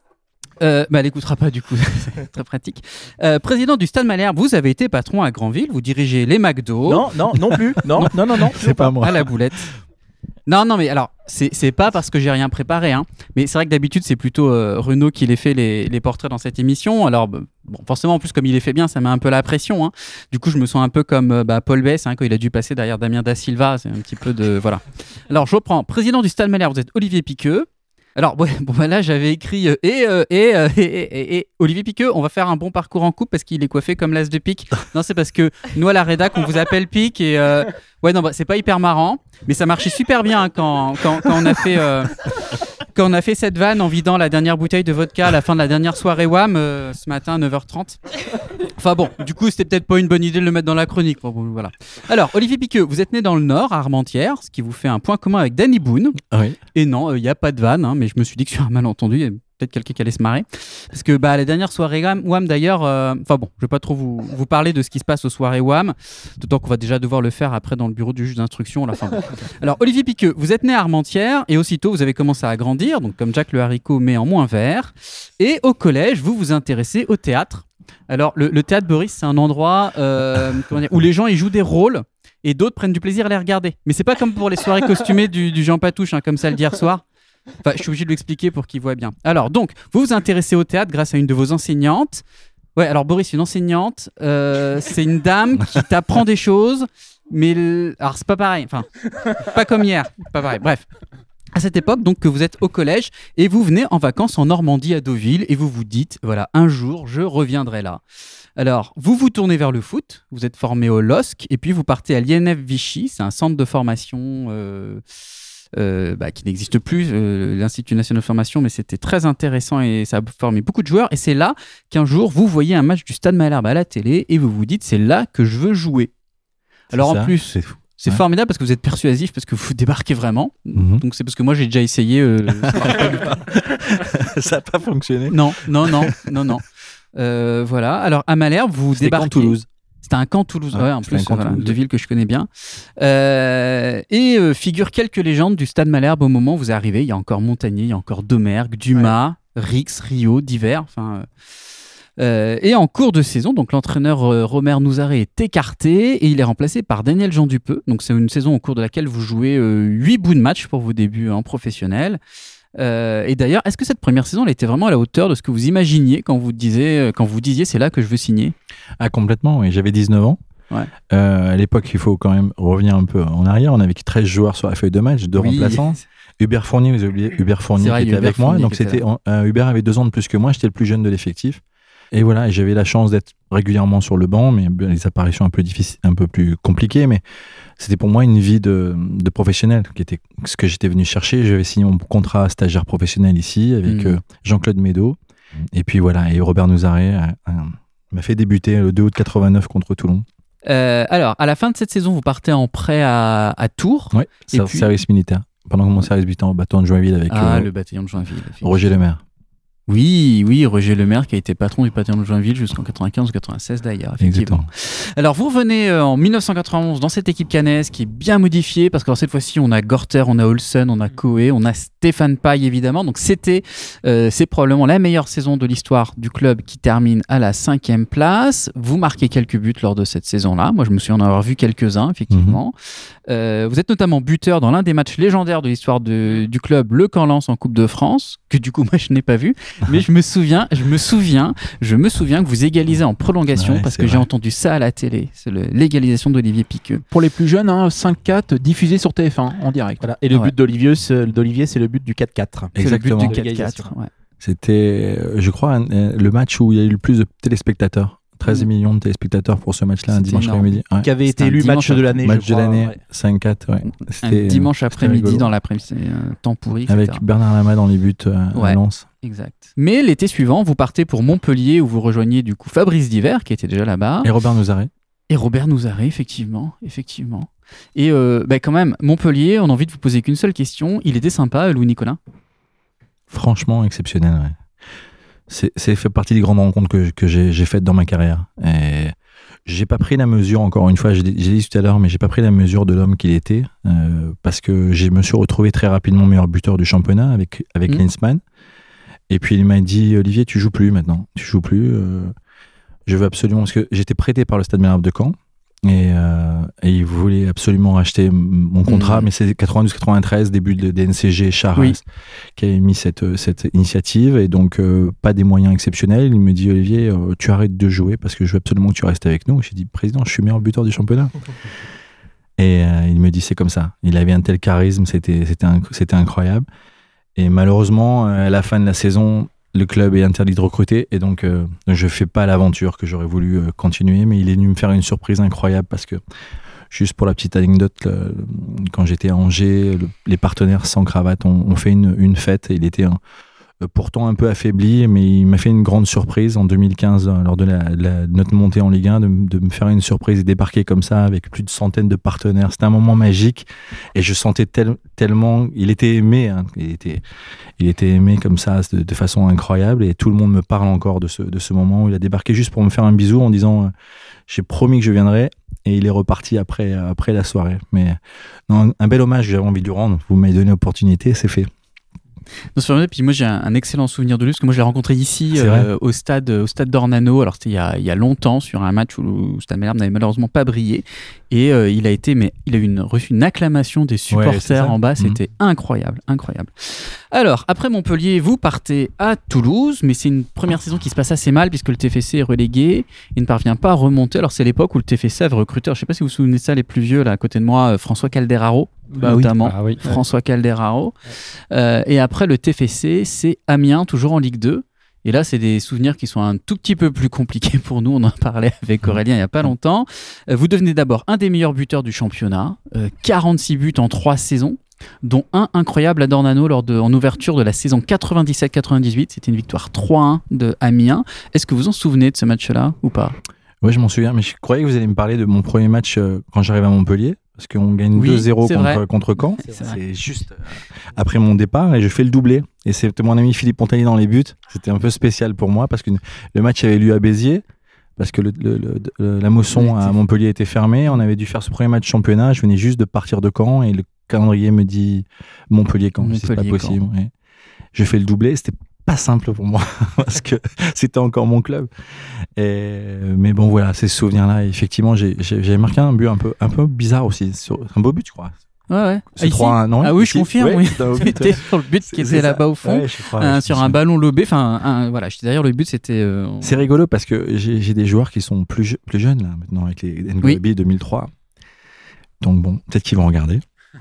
Euh, bah, elle écoutera pas du coup, c'est très pratique. Euh, président du Stade Malherbe, vous avez été patron à Granville, vous dirigez les McDo. Non, non, non plus. Non, non, non, non. C'est pas moi. À la boulette. Non, non, mais alors, c'est, c'est pas parce que j'ai rien préparé, hein. Mais c'est vrai que d'habitude, c'est plutôt euh, Renaud qui les fait les, les portraits dans cette émission. Alors, bah, bon, forcément, en plus, comme il les fait bien, ça met un peu la pression, hein. Du coup, je me sens un peu comme euh, bah, Paul Bess, hein, quand il a dû passer derrière Damien Da Silva. C'est un petit peu de. Voilà. Alors, je reprends. Président du Stade Malherbe, vous êtes Olivier Piqueux. Alors, ouais, bon, bah là, j'avais écrit euh, et, euh, et, euh, et, et, et Olivier Piqueux, on va faire un bon parcours en coupe parce qu'il est coiffé comme l'as de pique. Non, c'est parce que nous, à la rédac, on vous appelle Pique et. Euh, ouais, non, bah, c'est pas hyper marrant, mais ça marchait super bien hein, quand, quand, quand on a fait. Euh, Quand on a fait cette vanne en vidant la dernière bouteille de vodka à la fin de la dernière soirée W A M euh, ce matin à neuf heures trente. Enfin bon, du coup, c'était peut-être pas une bonne idée de le mettre dans la chronique. Bon, bon, voilà. Alors, Olivier Piqueux, vous êtes né dans le Nord, à Armentières, ce qui vous fait un point commun avec Danny Boone. Oui. Et non, il n'y a pas de vanne, hein, mais je me suis dit que sur un malentendu, il y a peut-être quelqu'un qui allait se marrer. Parce que bah, la dernière soirée W A M, d'ailleurs, enfin euh, bon, je vais pas trop vous, vous parler de ce qui se passe aux soirées W A M, d'autant qu'on va déjà devoir le faire après dans le bureau du juge d'instruction. Là, bon. Alors, Olivier Piqueux, vous êtes né à Armentières et aussitôt vous avez commencé à grandir, donc comme Jack le haricot, mais en moins vert. Et au collège, vous vous intéressez au théâtre. Alors, le, le théâtre, Boris, c'est un endroit euh, comment dire, où les gens ils jouent des rôles et d'autres prennent du plaisir à les regarder. Mais c'est pas comme pour les soirées costumées du, du Jean Patouche, hein, comme celle d'hier soir. Enfin, je suis obligé de l'expliquer pour qu'il voit bien. Alors, donc, vous vous intéressez au théâtre grâce à une de vos enseignantes. Ouais, alors Boris, une enseignante, euh, c'est une dame qui t'apprend des choses, mais le... alors c'est pas pareil. Enfin, pas comme hier, pas pareil. Bref. À cette époque, donc, que vous êtes au collège et vous venez en vacances en Normandie à Deauville et vous vous dites, voilà, un jour, je reviendrai là. Alors, vous vous tournez vers le foot, vous êtes formé au L O S C et puis vous partez à l'I N F Vichy, c'est un centre de formation euh, euh, bah, qui n'existe plus, euh, l'Institut national de formation, mais c'était très intéressant et ça a formé beaucoup de joueurs. Et c'est là qu'un jour, vous voyez un match du Stade Malherbe à la télé et vous vous dites, c'est là que je veux jouer. Alors ça, en plus, c'est fou. C'est Ouais. formidable parce que vous êtes persuasif, parce que vous débarquez vraiment. Mhm. Donc c'est parce que moi j'ai déjà essayé. euh, Ça n'a pas fonctionné. Non, non, non, non, non. Euh, voilà. Alors à Malherbe, vous C'était débarquez. camp Toulouse. C'était un camp Toulouse, Ouais, ouais, en c'était plus, un camp voilà, Toulouse. deux villes que je connais bien. Euh, et euh, figurent quelques légendes du Stade Malherbe au moment où vous arrivez. Il y a encore Montagnier, il y a encore Domergue, Dumas, Rix, Rio, Divers. Enfin. Euh, Euh, et en cours de saison, donc l'entraîneur euh, Romer Nouzaré est écarté et il est remplacé par Daniel Jean Dupeux. Donc c'est une saison au cours de laquelle vous jouez euh, huit bouts de match pour vos débuts en professionnel. Euh, et d'ailleurs, est-ce que cette première saison elle était vraiment à la hauteur de ce que vous imaginiez quand vous disiez, euh, quand vous disiez c'est là que je veux signer? Ah, complètement, oui. J'avais dix-neuf ans. Ouais. Euh, à l'époque, il faut quand même revenir un peu en arrière. On avait treize joueurs sur la feuille de match, deux Oui. remplaçants. Hubert Fournier, vous avez oublié Hubert Fournier C'est vrai, qui était Hubert avec moi. Fournier Donc qui était c'était euh, Hubert avait deux ans de plus que moi. J'étais le plus jeune de l'effectif. Et voilà, et j'avais la chance d'être régulièrement sur le banc, mais les apparitions un peu difficiles, un peu plus compliquées. Mais c'était pour moi une vie de, de professionnel, qui était ce que j'étais venu chercher. J'avais signé mon contrat stagiaire professionnel ici avec Mmh. euh, Jean-Claude Médot. Et puis voilà, et Robert Nouzaré euh, euh, m'a fait débuter le deux août quatre-vingt-neuf contre Toulon. Euh, alors, à la fin de cette saison, vous partez en prêt à, à Tours. Oui, Et ser- puis- service militaire. Pendant mon service militaire au bataillon de Joinville avec Ah, euh, le bataillon de Joinville. effectivement. Roger Lemaire. Oui, oui, Roger Lemaire qui a été patron du bataillon de Joinville jusqu'en quatre-vingt-quinze ou quatre-vingt-seize d'ailleurs, effectivement. Exactement. Alors vous revenez euh, en mille neuf cent quatre-vingt-onze dans cette équipe cannaise qui est bien modifiée parce que alors, cette fois-ci on a Gorter, on a Olsen, on a Coé, on a Stéphane Paille évidemment. Donc c'était, euh, c'est probablement la meilleure saison de l'histoire du club qui termine à la cinquième place. Vous marquez quelques buts lors de cette saison-là. Moi je me souviens en avoir vu quelques-uns effectivement. Euh, vous êtes notamment buteur dans l'un des matchs légendaires de l'histoire de- du club, le Caen-Lens en Coupe de France, que du coup moi je n'ai pas vu, mais je me souviens, je me souviens, je me souviens que vous égalisez en prolongation Ouais, parce c'est que j'ai vrai. entendu ça à la télé, c'est le- l'égalisation d'Olivier Piqueux. Pour les plus jeunes, hein, cinq quatre diffusé sur T F un en direct. Voilà. Et le Ouais. but d'Olivier, c'est, d'Olivier, c'est le but du quatre quatre. C'est le but Exactement. du L'égalisation. quatre quatre. Ouais. C'était, euh, je crois, un- euh, le match où il y a eu le plus de téléspectateurs treize millions de téléspectateurs pour ce match-là, un C'était dimanche énorme. après-midi. Ouais. Qui avait C'était été un élu match dimanche de l'année. Match je de crois, l'année, ouais. cinq quatre, ouais. Un C'était, dimanche c'était après-midi rigolo. dans l'après-midi, c'est un temps pourri, et cetera. Avec Bernard Lama dans les buts euh, Ouais. à Lens. Exact. Mais l'été suivant, vous partez pour Montpellier où vous rejoignez du coup Fabrice Diver qui était déjà là-bas. Et Robert Nouzaré. Et Robert Nouzaré, effectivement, effectivement. Et euh, bah, quand même, Montpellier, on a envie de vous poser qu'une seule question. Il était sympa, Louis Nicolin? Franchement exceptionnel, ouais. C'est, c'est fait partie des grandes rencontres que, que j'ai, j'ai faites dans ma carrière. Et j'ai pas pris la mesure, encore une fois, j'ai, j'ai dit tout à l'heure, mais j'ai pas pris la mesure de l'homme qu'il était, euh, parce que je me suis retrouvé très rapidement meilleur buteur du championnat avec, avec Mmh. Klinsmann. Et puis il m'a dit, Olivier, tu joues plus maintenant. Tu joues plus. euh, je veux absolument, parce que j'étais prêté par le Stade Malherbe de Caen. Et, euh, et il voulait absolument racheter m- mon contrat, Mmh. mais c'est quatre-vingt-douze quatre-vingt-treize, début de D N C G, Charras, Oui. qui avait mis cette, cette initiative, et donc euh, pas des moyens exceptionnels. Il me dit, Olivier, euh, tu arrêtes de jouer parce que je veux absolument que tu restes avec nous. J'ai dit, président, je suis meilleur buteur du championnat. Et euh, il me dit, c'est comme ça. Il avait un tel charisme, c'était, c'était, inc- c'était incroyable. Et malheureusement, euh, à la fin de la saison, le club est interdit de recruter, et donc euh, je fais pas l'aventure que j'aurais voulu euh, continuer, mais il est venu me faire une surprise incroyable parce que, juste pour la petite anecdote, le- quand j'étais à Angers, le- les partenaires sans cravate ont, ont fait une, une fête, et il était un- euh, pourtant un peu affaibli, mais il m'a fait une grande surprise en deux mille quinze, euh, lors de, la, de la- de notre montée en Ligue un, de, m- de me faire une surprise et débarquer comme ça avec plus de centaines de partenaires. C'était un moment magique, et je sentais tel- tellement, il était aimé, hein, il était, il était aimé comme ça de, de façon incroyable, et tout le monde me parle encore de ce, de ce moment où il a débarqué juste pour me faire un bisou en disant euh, j'ai promis que je viendrai, et il est reparti après, après la soirée. Mais non, un bel hommage que j'avais envie de lui rendre. Vous m'avez donné l'opportunité, c'est fait. Non, c'est vrai, puis moi j'ai un, un excellent souvenir de lui parce que moi je l'ai rencontré ici C'est euh, au stade au stade d'Ornano. Alors c'était il y a, il y a longtemps sur un match où le Stade Malherbe n'avait malheureusement pas brillé, et euh, il a été mais il a eu une, reçu une acclamation des Ouais, c'est supporters ça. en bas. Mhm. C'était incroyable, incroyable. Alors après Montpellier, vous partez à Toulouse, mais c'est une première saison qui se passe assez mal puisque le T F C est relégué et ne parvient pas à remonter. Alors c'est l'époque où le T F C avait recruté, alors, je sais pas si vous vous souvenez de ça, les plus vieux là à côté de moi, euh, François Calderaro. Bah oui. notamment Ah oui. François Calderaro. Euh, et après le T F C, c'est Amiens, toujours en Ligue deux. Et là, c'est des souvenirs qui sont un tout petit peu plus compliqués pour nous. On en parlait avec Aurélien il n'y a pas longtemps. Euh, vous devenez d'abord un des meilleurs buteurs du championnat. Euh, quarante-six buts en trois saisons, dont un incroyable à Dornano lors de, en ouverture de la saison quatre-vingt-dix-sept quatre-vingt-dix-huit. C'était une victoire trois un de Amiens. Est-ce que vous en souvenez de ce match-là ou pas? Oui, je m'en souviens, mais je croyais que vous alliez me parler de mon premier match euh, quand j'arrive à Montpellier, parce qu'on gagne Oui, deux zéro c'est contre, vrai. contre Caen. C'est C'est, vrai. juste euh, après mon départ, et je fais le doublé. Et c'était mon ami Philippe Montagny dans les buts. C'était un peu spécial pour moi, parce que le match avait lieu à Béziers, parce que le, le- le- le- la Mosson à Montpellier était fermée. On avait dû faire ce premier match championnat. Je venais juste de partir de Caen, et le calendrier me dit Montpellier-Caen. Je dis, c'est pas Montpellier-Caen. possible. Ouais. Je fais le doublé. C'était pas simple pour moi parce que c'était encore mon club. Et, mais bon, voilà, ces souvenirs-là. Effectivement, j'ai, j'ai, j'avais marqué un but un peu, un peu bizarre aussi. Sur, un beau but, je crois. Ouais, ouais. C'est Ah, ici trois un, non, ah oui, je ici confirme. Ouais, oui. c'était un but, C'était ouais. sur le but qui C'est- était c'est là-bas ça. au fond, Ouais, je crois, un- je sur sais un pas. ballon lobé. Enfin, un- voilà, j'étais derrière le but. C'était. euh, on- C'est rigolo parce que j'ai, j'ai des joueurs qui sont plus, je- plus jeunes là maintenant avec les Ngouabi deux mille trois. Donc bon, peut-être qu'ils vont regarder.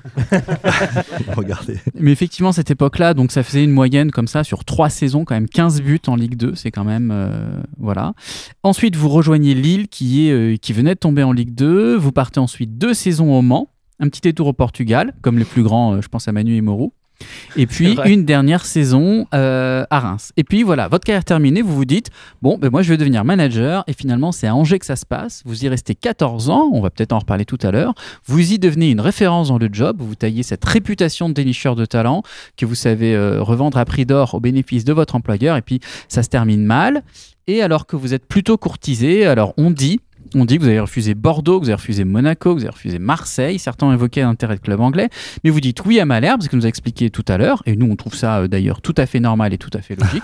Ils vont regarder. Mais effectivement, cette époque-là, donc ça faisait une moyenne comme ça sur trois saisons, quand même quinze buts en Ligue deux, c'est quand même euh, voilà. Ensuite, vous rejoignez Lille qui est euh, qui venait de tomber en Ligue deux. Vous partez ensuite deux saisons au Mans, un petit détour au Portugal, comme les plus grands, euh, je pense à Manu et Moreau. Et puis vrai. une dernière saison euh, à Reims. Et puis voilà, votre carrière terminée, vous vous dites bon, ben moi je vais devenir manager. Et finalement, c'est à Angers que ça se passe. Vous y restez quatorze ans. On va peut-être en reparler tout à l'heure. Vous y devenez une référence dans le job. Vous taillez cette réputation de dénicheur de talent que vous savez euh, revendre à prix d'or au bénéfice de votre employeur. Et puis ça se termine mal. Et alors que vous êtes plutôt courtisé, alors on dit. On dit que vous avez refusé Bordeaux, que vous avez refusé Monaco, que vous avez refusé Marseille. Certains ont évoqué l'intérêt de club anglais. Mais vous dites oui à Malherbe, ce que nous a expliqué tout à l'heure. Et nous, on trouve ça euh, d'ailleurs tout à fait normal et tout à fait logique.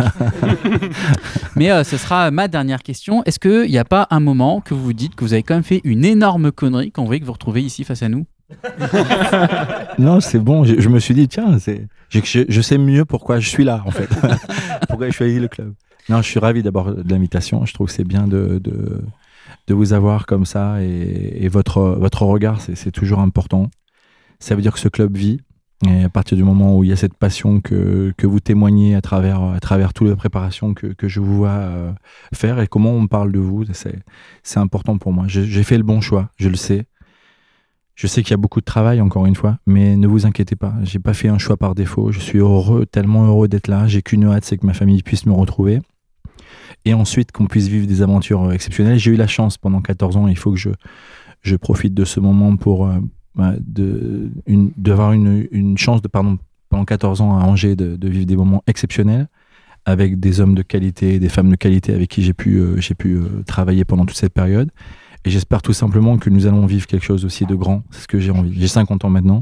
Mais euh, ce sera ma dernière question. Est-ce qu'il n'y a pas un moment que vous vous dites que vous avez quand même fait une énorme connerie quand vous voyez que vous vous retrouvez ici face à nous? Non, c'est bon. Je, je me suis dit, tiens, c'est, je, je, je sais mieux pourquoi je suis là, en fait. Pourquoi je choisis le club. Non, je suis ravi d'abord de l'invitation. Je trouve que c'est bien de, de, de vous avoir comme ça. Et, et votre, votre regard, c'est, c'est toujours important. Ça veut dire que ce club vit. Et à partir du moment où il y a cette passion que, que vous témoignez à travers, à travers toutes les préparations que, que je vous vois euh, faire et comment on parle de vous, c'est, c'est important pour moi. J'ai, j'ai fait le bon choix, je le sais. Je sais qu'il y a beaucoup de travail, encore une fois, mais ne vous inquiétez pas. J'ai pas fait un choix par défaut. Je suis heureux, tellement heureux d'être là. J'ai qu'une hâte, c'est que ma famille puisse me retrouver. Et ensuite, qu'on puisse vivre des aventures exceptionnelles. J'ai eu la chance pendant quatorze ans. Il faut que je, je profite de ce moment pour... Euh, De, une, d'avoir une, une chance de, pardon, pendant quatorze ans à Angers de, de vivre des moments exceptionnels avec des hommes de qualité, des femmes de qualité avec qui j'ai pu, euh, j'ai pu euh, travailler pendant toute cette période. Et j'espère tout simplement que nous allons vivre quelque chose aussi de grand. C'est ce que j'ai envie. J'ai cinquante ans maintenant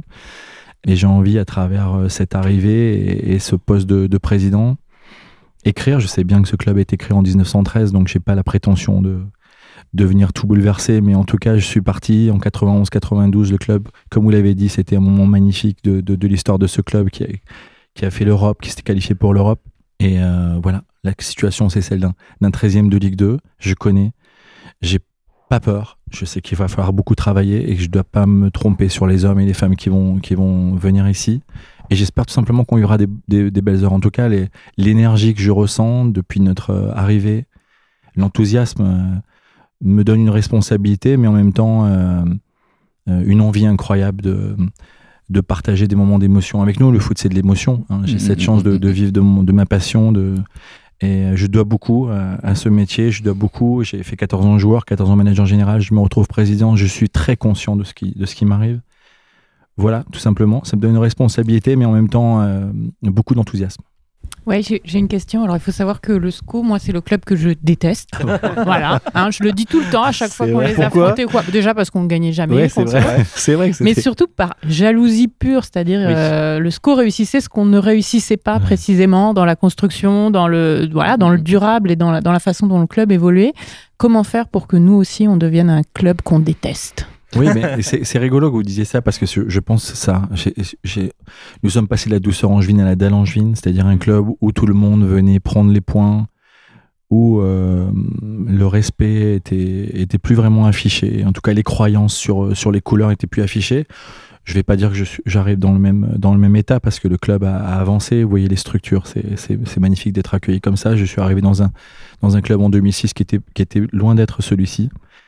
et j'ai envie, à travers euh, cette arrivée et, et ce poste de, de président, écrire. Je sais bien que ce club a été créé en dix-neuf cent treize, donc j'ai pas la prétention de de venir tout bouleverser, mais en tout cas, je suis parti en quatre-vingt-onze quatre-vingt-douze. Le club, comme vous l'avez dit, c'était un moment magnifique de, de, de l'histoire de ce club qui a, qui a fait l'Europe, qui s'était qualifié pour l'Europe. Et euh, voilà, la situation, c'est celle d'un, d'un treizième de Ligue deux. Je connais, j'ai pas peur. Je sais qu'il va falloir beaucoup travailler et que je dois pas me tromper sur les hommes et les femmes qui vont, qui vont venir ici. Et j'espère tout simplement qu'on y aura des, des, des belles heures. En tout cas, les, l'énergie que je ressens depuis notre arrivée, l'enthousiasme... Euh, me donne une responsabilité, mais en même temps euh, une envie incroyable de, de partager des moments d'émotion avec nous. Le foot, c'est de l'émotion. Hein. J'ai mmh, cette chance de, de vivre de, mon, de ma passion. De, et je dois beaucoup à, à ce métier. Je dois beaucoup. J'ai fait quatorze ans joueur, quatorze ans manager général. Je me retrouve président. Je suis très conscient de ce qui, de ce qui m'arrive. Voilà, tout simplement. Ça me donne une responsabilité, mais en même temps, euh, beaucoup d'enthousiasme. Ouais, j'ai, j'ai une question. Alors, il faut savoir que le S C O, moi, c'est le club que je déteste. Voilà, hein, je le dis tout le temps à chaque fois c'est qu'on vrai. les Pourquoi affrontait. Quoi. Déjà parce qu'on ne gagnait jamais. Ouais, c'est, vrai. c'est vrai que c'était... Mais surtout par jalousie pure, c'est-à-dire oui. euh, le S C O réussissait ce qu'on ne réussissait pas ouais. précisément dans la construction, dans le, voilà, dans le durable et dans la, dans la façon dont le club évoluait. Comment faire pour que nous aussi, on devienne un club qu'on déteste ? Oui, mais c'est, c'est rigolo que vous disiez ça parce que je pense ça. J'ai, j'ai, nous sommes passés de la douceur angevine à la dalle angevine, c'est-à-dire un club où tout le monde venait prendre les points, où euh, le respect était, était plus vraiment affiché. En tout cas, les croyances sur, sur les couleurs étaient plus affichées. Je ne vais pas dire que je suis, j'arrive dans le, même, dans le même état parce que le club a, a avancé. Vous voyez les structures, c'est, c'est, c'est magnifique d'être accueilli comme ça. Je suis arrivé dans un, dans un club en deux mille six qui était, qui était loin d'être celui-ci.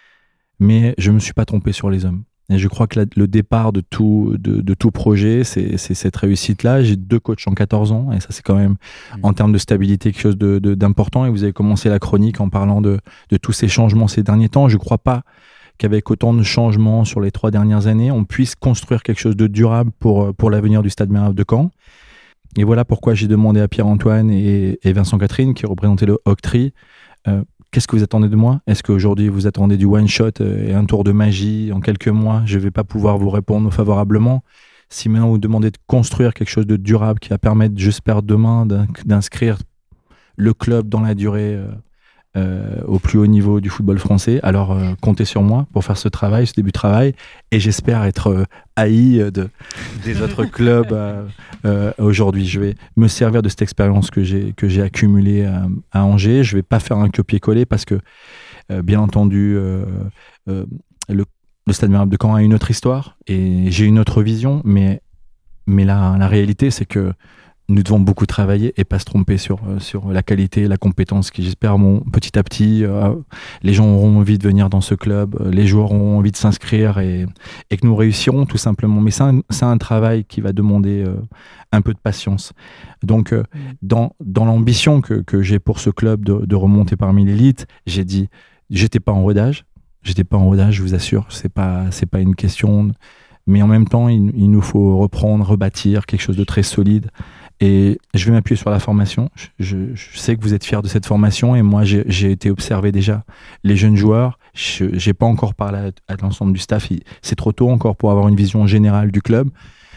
Mais je ne me suis pas trompé sur les hommes. Et je crois que la, le départ de tout, de, de tout projet, c'est, c'est cette réussite-là. J'ai deux coachs en quatorze ans, et ça, c'est quand même, mmh. en termes de stabilité, quelque chose de, de, d'important. Et vous avez commencé la chronique en parlant de, de tous ces changements ces derniers temps. Je ne crois pas qu'avec autant de changements sur les trois dernières années, on puisse construire quelque chose de durable pour, pour l'avenir du Stade Malherbe de Caen. Et voilà pourquoi j'ai demandé à Pierre-Antoine et, et Vincent Catherine, qui représentaient le Octree, euh, qu'est-ce que vous attendez de moi ? Est-ce qu'aujourd'hui vous attendez du one-shot et un tour de magie en quelques mois ? Je ne vais pas pouvoir vous répondre favorablement. Si maintenant vous demandez de construire quelque chose de durable qui va permettre, j'espère demain, d'inscrire le club dans la durée euh, euh, au plus haut niveau du football français, alors euh, comptez sur moi pour faire ce travail, ce début de travail, et j'espère être euh, haï de, des autres clubs euh, euh, aujourd'hui. Je vais me servir de cette expérience que j'ai, que j'ai accumulée à, à Angers. Je ne vais pas faire un copier-coller parce que, euh, bien entendu, euh, euh, le, le Stade Malherbe de Caen a une autre histoire et j'ai une autre vision, mais, mais la, la réalité, c'est que nous devons beaucoup travailler et pas se tromper sur, sur la qualité et la compétence qui, j'espère, vont petit à petit, euh, les gens auront envie de venir dans ce club, les joueurs auront envie de s'inscrire et, et que nous réussirons tout simplement. Mais c'est un, c'est un travail qui va demander euh, un peu de patience. Donc, euh, dans, dans l'ambition que, que j'ai pour ce club de, de remonter parmi l'élite, j'ai dit, j'étais pas en rodage, j'étais pas en rodage, je vous assure, c'est pas, c'est pas une question, mais en même temps, il, il nous faut reprendre, rebâtir quelque chose de très solide. Et je vais m'appuyer sur la formation. Je, je sais que vous êtes fiers de cette formation et moi, j'ai, j'ai été observé déjà les jeunes joueurs. Je n'ai pas encore parlé à, à l'ensemble du staff. C'est trop tôt encore pour avoir une vision générale du club.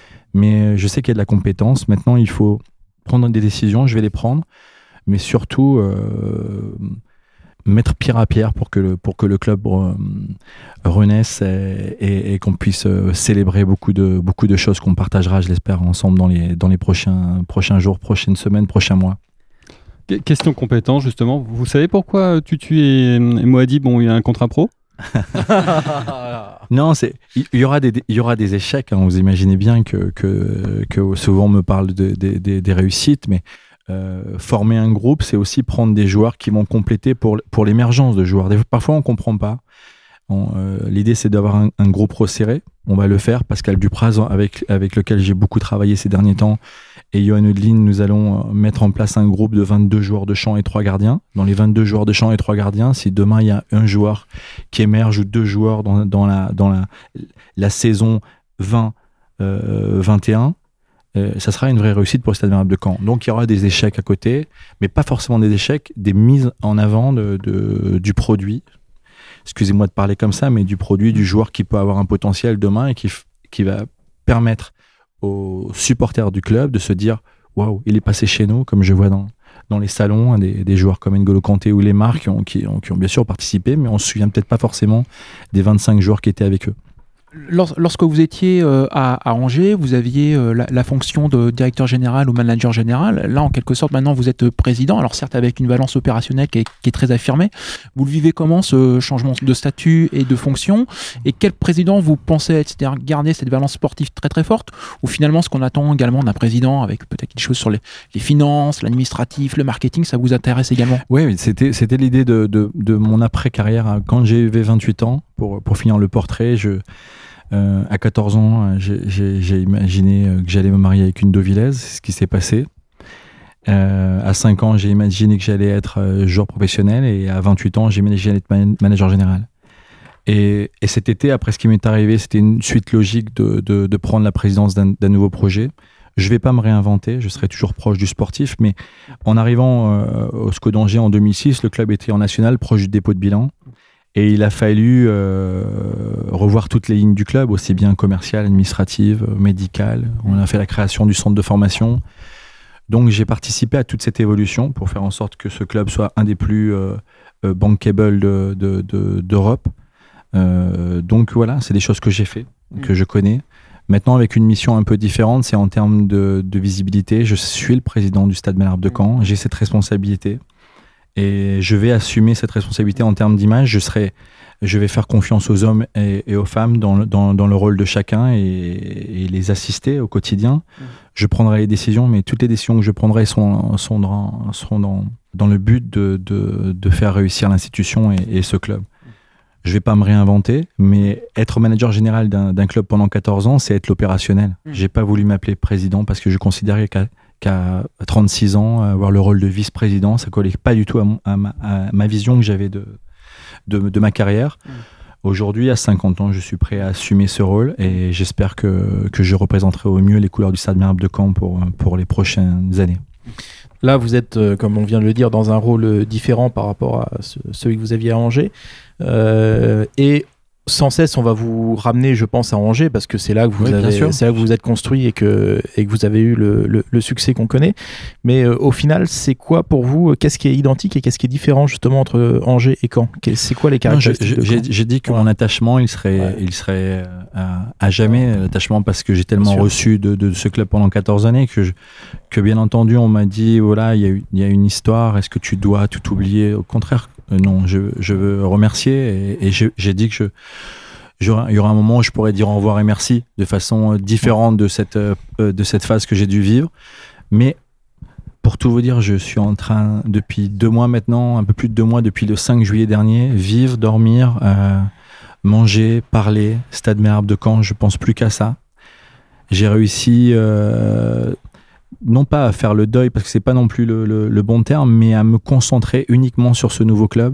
Mais je sais qu'il y a de la compétence. Maintenant, il faut prendre des décisions. Je vais les prendre. Mais surtout, euh, mettre pierre à pierre pour que le, pour que le club euh, renaisse et, et, et qu'on puisse euh, célébrer beaucoup de, beaucoup de choses qu'on partagera, je l'espère, ensemble dans les, dans les prochains, prochains jours, prochaines semaines, prochains mois. Question compétence, justement. Vous savez pourquoi Tutu et, et Moadib ont eu un contrat pro ? Non, c'est il y, y aura des il y aura des échecs. Hein. Vous imaginez bien que que, que souvent on me parle de, de, de, des réussites, mais euh, former un groupe, c'est aussi prendre des joueurs qui vont compléter pour pour l'émergence de joueurs. Des, parfois, on comprend pas. On, euh, l'idée, c'est d'avoir un, un groupe resserré. On va le faire. Pascal Dupraz, avec avec lequel j'ai beaucoup travaillé ces derniers temps, et Johan Udlin, nous allons mettre en place un groupe de vingt-deux joueurs de champ et trois gardiens. Dans les vingt-deux joueurs de champ et trois gardiens, si demain il y a un joueur qui émerge ou deux joueurs dans, dans, la, dans la, la saison vingt vingt et un, euh, ça sera une vraie réussite pour le Stade Malherbe de Caen. Donc il y aura des échecs à côté, mais pas forcément des échecs, des mises en avant de, de, du produit. Excusez-moi de parler comme ça, mais du produit, du joueur qui peut avoir un potentiel demain et qui, qui va permettre aux supporters du club de se dire waouh, il est passé chez nous, comme je vois dans, dans les salons, hein, des, des joueurs comme N'Golo Kanté ou Lemar qui ont, qui, ont, qui ont bien sûr participé, mais on se souvient peut-être pas forcément des vingt-cinq joueurs qui étaient avec eux. Lors, lorsque vous étiez euh, à, à Angers, vous aviez euh, la, la fonction de directeur général ou manager général. Là, en quelque sorte, maintenant, vous êtes président. Alors certes, avec une valence opérationnelle qui est, qui est très affirmée. Vous le vivez comment, ce changement de statut et de fonction? Et quel président vous pensez être? C'est-à-dire garder cette valence sportive très très forte, ou finalement ce qu'on attend également d'un président avec peut-être quelque chose sur les, les finances, l'administratif, le marketing, ça vous intéresse également? Oui, c'était, c'était l'idée de, de, de mon après-carrière. Quand j'avais vingt-huit ans, pour, pour finir le portrait, je... Euh, à quatorze ans, j'ai, j'ai, j'ai imaginé que j'allais me marier avec une Deauvillaise, c'est ce qui s'est passé. Euh, à cinq ans, j'ai imaginé que j'allais être euh, joueur professionnel, et à vingt-huit ans, j'ai imaginé que j'allais être man- manager général. Et, et cet été, après ce qui m'est arrivé, c'était une suite logique de, de, de prendre la présidence d'un, d'un nouveau projet. Je ne vais pas me réinventer, je serai toujours proche du sportif, mais en arrivant euh, au S C O d'Angers en deux mille six, le club était en national, proche du dépôt de bilan. Et il a fallu euh, revoir toutes les lignes du club, aussi bien commerciales, administratives, médicales. On a fait la création du centre de formation. Donc j'ai participé à toute cette évolution pour faire en sorte que ce club soit un des plus euh, euh, bankable de, de, de, d'Europe. Euh, donc voilà, c'est des choses que j'ai fait, que je connais. Maintenant, avec une mission un peu différente, c'est en termes de, de visibilité. Je suis le président du Stade Malherbe de Caen, j'ai cette responsabilité. Et je vais assumer cette responsabilité en termes d'image. Je serai, je vais faire confiance aux hommes et, et aux femmes dans, dans, dans le rôle de chacun, et, et les assister au quotidien. Mmh. Je prendrai les décisions, mais toutes les décisions que je prendrai sont, sont, dans, seront dans, dans le but de, de, de faire réussir l'institution et, et ce club. Je ne vais pas me réinventer, mais être manager général d'un, d'un club pendant quatorze ans, c'est être l'opérationnel. Mmh. Je n'ai pas voulu m'appeler président parce que je considérais qu'à qu'à trente-six ans, avoir le rôle de vice-président, ça ne collait pas du tout à, mon, à, ma, à ma vision que j'avais de, de, de ma carrière. Mmh. Aujourd'hui, à cinquante ans, je suis prêt à assumer ce rôle, et j'espère que, que je représenterai au mieux les couleurs du Stade Malherbe de Caen pour, pour les prochaines années. Là, vous êtes, euh, comme on vient de le dire, dans un rôle différent par rapport à ce, celui que vous aviez à Angers. Euh, et sans cesse, on va vous ramener, je pense, à Angers, parce que c'est là que vous, oui, avez, c'est là que vous êtes construit et que, et que vous avez eu le, le, le succès qu'on connaît. Mais euh, au final, c'est quoi pour vous? Qu'est-ce qui est identique et qu'est-ce qui est différent justement entre Angers et Caen? C'est quoi les caractéristiques? Non, je, je, j'ai, j'ai dit que ouais. mon attachement, il serait, ouais. il serait à, à jamais ouais. l'attachement, parce que j'ai tellement reçu de, de ce club pendant quatorze années que, je, que bien entendu, on m'a dit, voilà, il y a, il y a une histoire, est-ce que tu dois tout oublier? Au contraire, non, je, je veux remercier, et, et je, j'ai dit que je, il y aura un moment où je pourrais dire au revoir et merci de façon différente de cette, de cette phase que j'ai dû vivre. Mais pour tout vous dire, je suis en train, depuis deux mois maintenant, un peu plus de deux mois, depuis le cinq juillet dernier, vivre, dormir, euh, manger, parler, Stade Malherbe de Caen, je pense plus qu'à ça. J'ai réussi... Euh, non pas à faire le deuil, parce que c'est pas non plus le, le, le bon terme, mais à me concentrer uniquement sur ce nouveau club.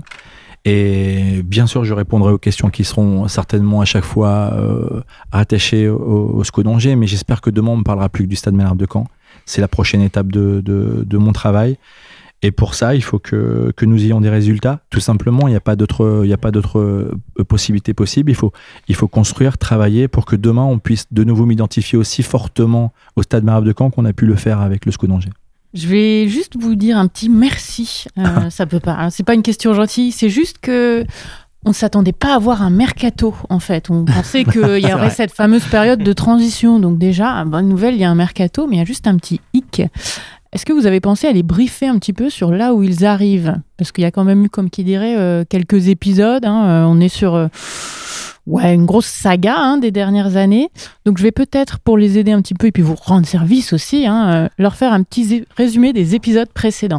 Et bien sûr, je répondrai aux questions qui seront certainement à chaque fois euh, rattachées au, au S C O d'Angers, mais j'espère que demain on ne parlera plus que du Stade Malherbe de Caen. C'est la prochaine étape de, de, de mon travail. Et pour ça, il faut que, que nous ayons des résultats. Tout simplement, il n'y a pas d'autre, il n'y a pas d'autre possibilité possible. Il faut, il faut construire, travailler pour que demain, on puisse de nouveau m'identifier aussi fortement au Stade Malherbe de Caen qu'on a pu le faire avec le S C O d'Angers. Je vais juste vous dire un petit merci. Euh, ça peut pas, hein, c'est pas une question gentille, c'est juste que on ne s'attendait pas à voir un mercato, en fait. On pensait qu'il y aurait cette fameuse période de transition. Donc déjà, bonne nouvelle, il y a un mercato, mais il y a juste un petit hic. est-ce que vous avez pensé à les briefer un petit peu sur là où ils arrivent? Parce qu'il y a quand même eu, comme qui dirait, euh, quelques épisodes. Hein, euh, on est sur euh, ouais, une grosse saga hein, des dernières années. Donc je vais peut-être, pour les aider un petit peu et puis vous rendre service aussi, hein, euh, leur faire un petit zé- résumé des épisodes précédents.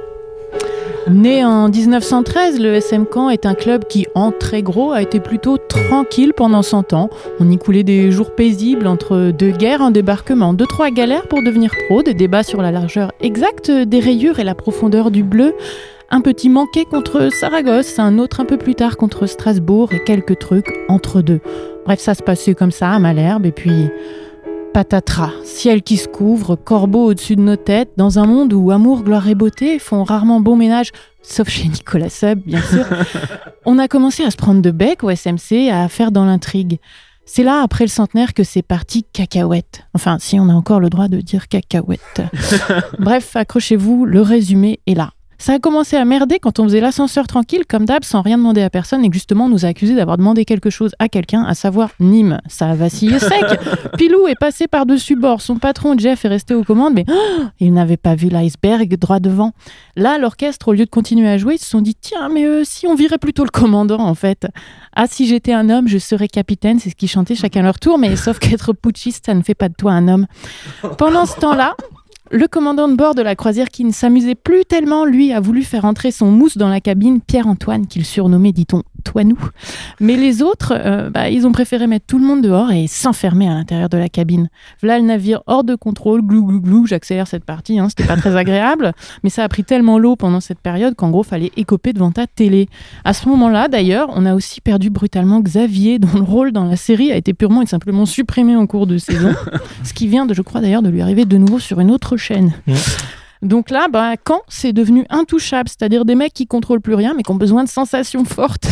Né en dix-neuf cent treize, le S M Caen est un club qui, en très gros, a été plutôt tranquille pendant cent ans. On y coulait des jours paisibles entre deux guerres, un débarquement, deux trois galères pour devenir pro, des débats sur la largeur exacte des rayures et la profondeur du bleu, un petit manqué contre Saragosse, un autre un peu plus tard contre Strasbourg et quelques trucs entre deux. Bref, ça se passait comme ça à Malherbe et puis... patatras, ciel qui se couvre, corbeau au-dessus de nos têtes, dans un monde où amour, gloire et beauté font rarement bon ménage, sauf chez Nicolas Sub, bien sûr. On a commencé à se prendre de bec au S M C, à faire dans l'intrigue. C'est là, après le centenaire, que c'est parti cacahuète. Enfin, si on a encore le droit de dire cacahuète. Bref, accrochez-vous, le résumé est là. Ça a commencé à merder quand on faisait l'ascenseur tranquille, comme d'hab, sans rien demander à personne, et que justement on nous a accusé d'avoir demandé quelque chose à quelqu'un, à savoir Nîmes. Ça a vacillé sec. Pilou est passé par-dessus bord. Son patron, Jeff, est resté aux commandes, mais oh, il n'avait pas vu l'iceberg droit devant. Là, l'orchestre, au lieu de continuer à jouer, ils se sont dit, tiens, mais euh, si on virait plutôt le commandant, en fait. Ah, si j'étais un homme, je serais capitaine, c'est ce qu'ils chantaient chacun leur tour, mais sauf qu'être putschiste, ça ne fait pas de toi un homme. Pendant ce temps-là, le commandant de bord de la croisière qui ne s'amusait plus tellement, lui, a voulu faire entrer son mousse dans la cabine, Pierre-Antoine, qu'il surnommait, dit-on, Toinou. Mais les autres, euh, bah, ils ont préféré mettre tout le monde dehors et s'enfermer à l'intérieur de la cabine. Voilà le navire hors de contrôle, glou glou glou, j'accélère cette partie, hein, c'était pas très agréable, mais ça a pris tellement l'eau pendant cette période qu'en gros, fallait écoper devant ta télé. À ce moment-là, d'ailleurs, on a aussi perdu brutalement Xavier, dont le rôle dans la série a été purement et simplement supprimé en cours de saison, ce qui vient, de, je crois d'ailleurs, de lui arriver de nouveau sur une autre chaîne. Mmh. Donc là, bah, Caen, c'est devenu intouchable, c'est-à-dire des mecs qui contrôlent plus rien, mais qui ont besoin de sensations fortes.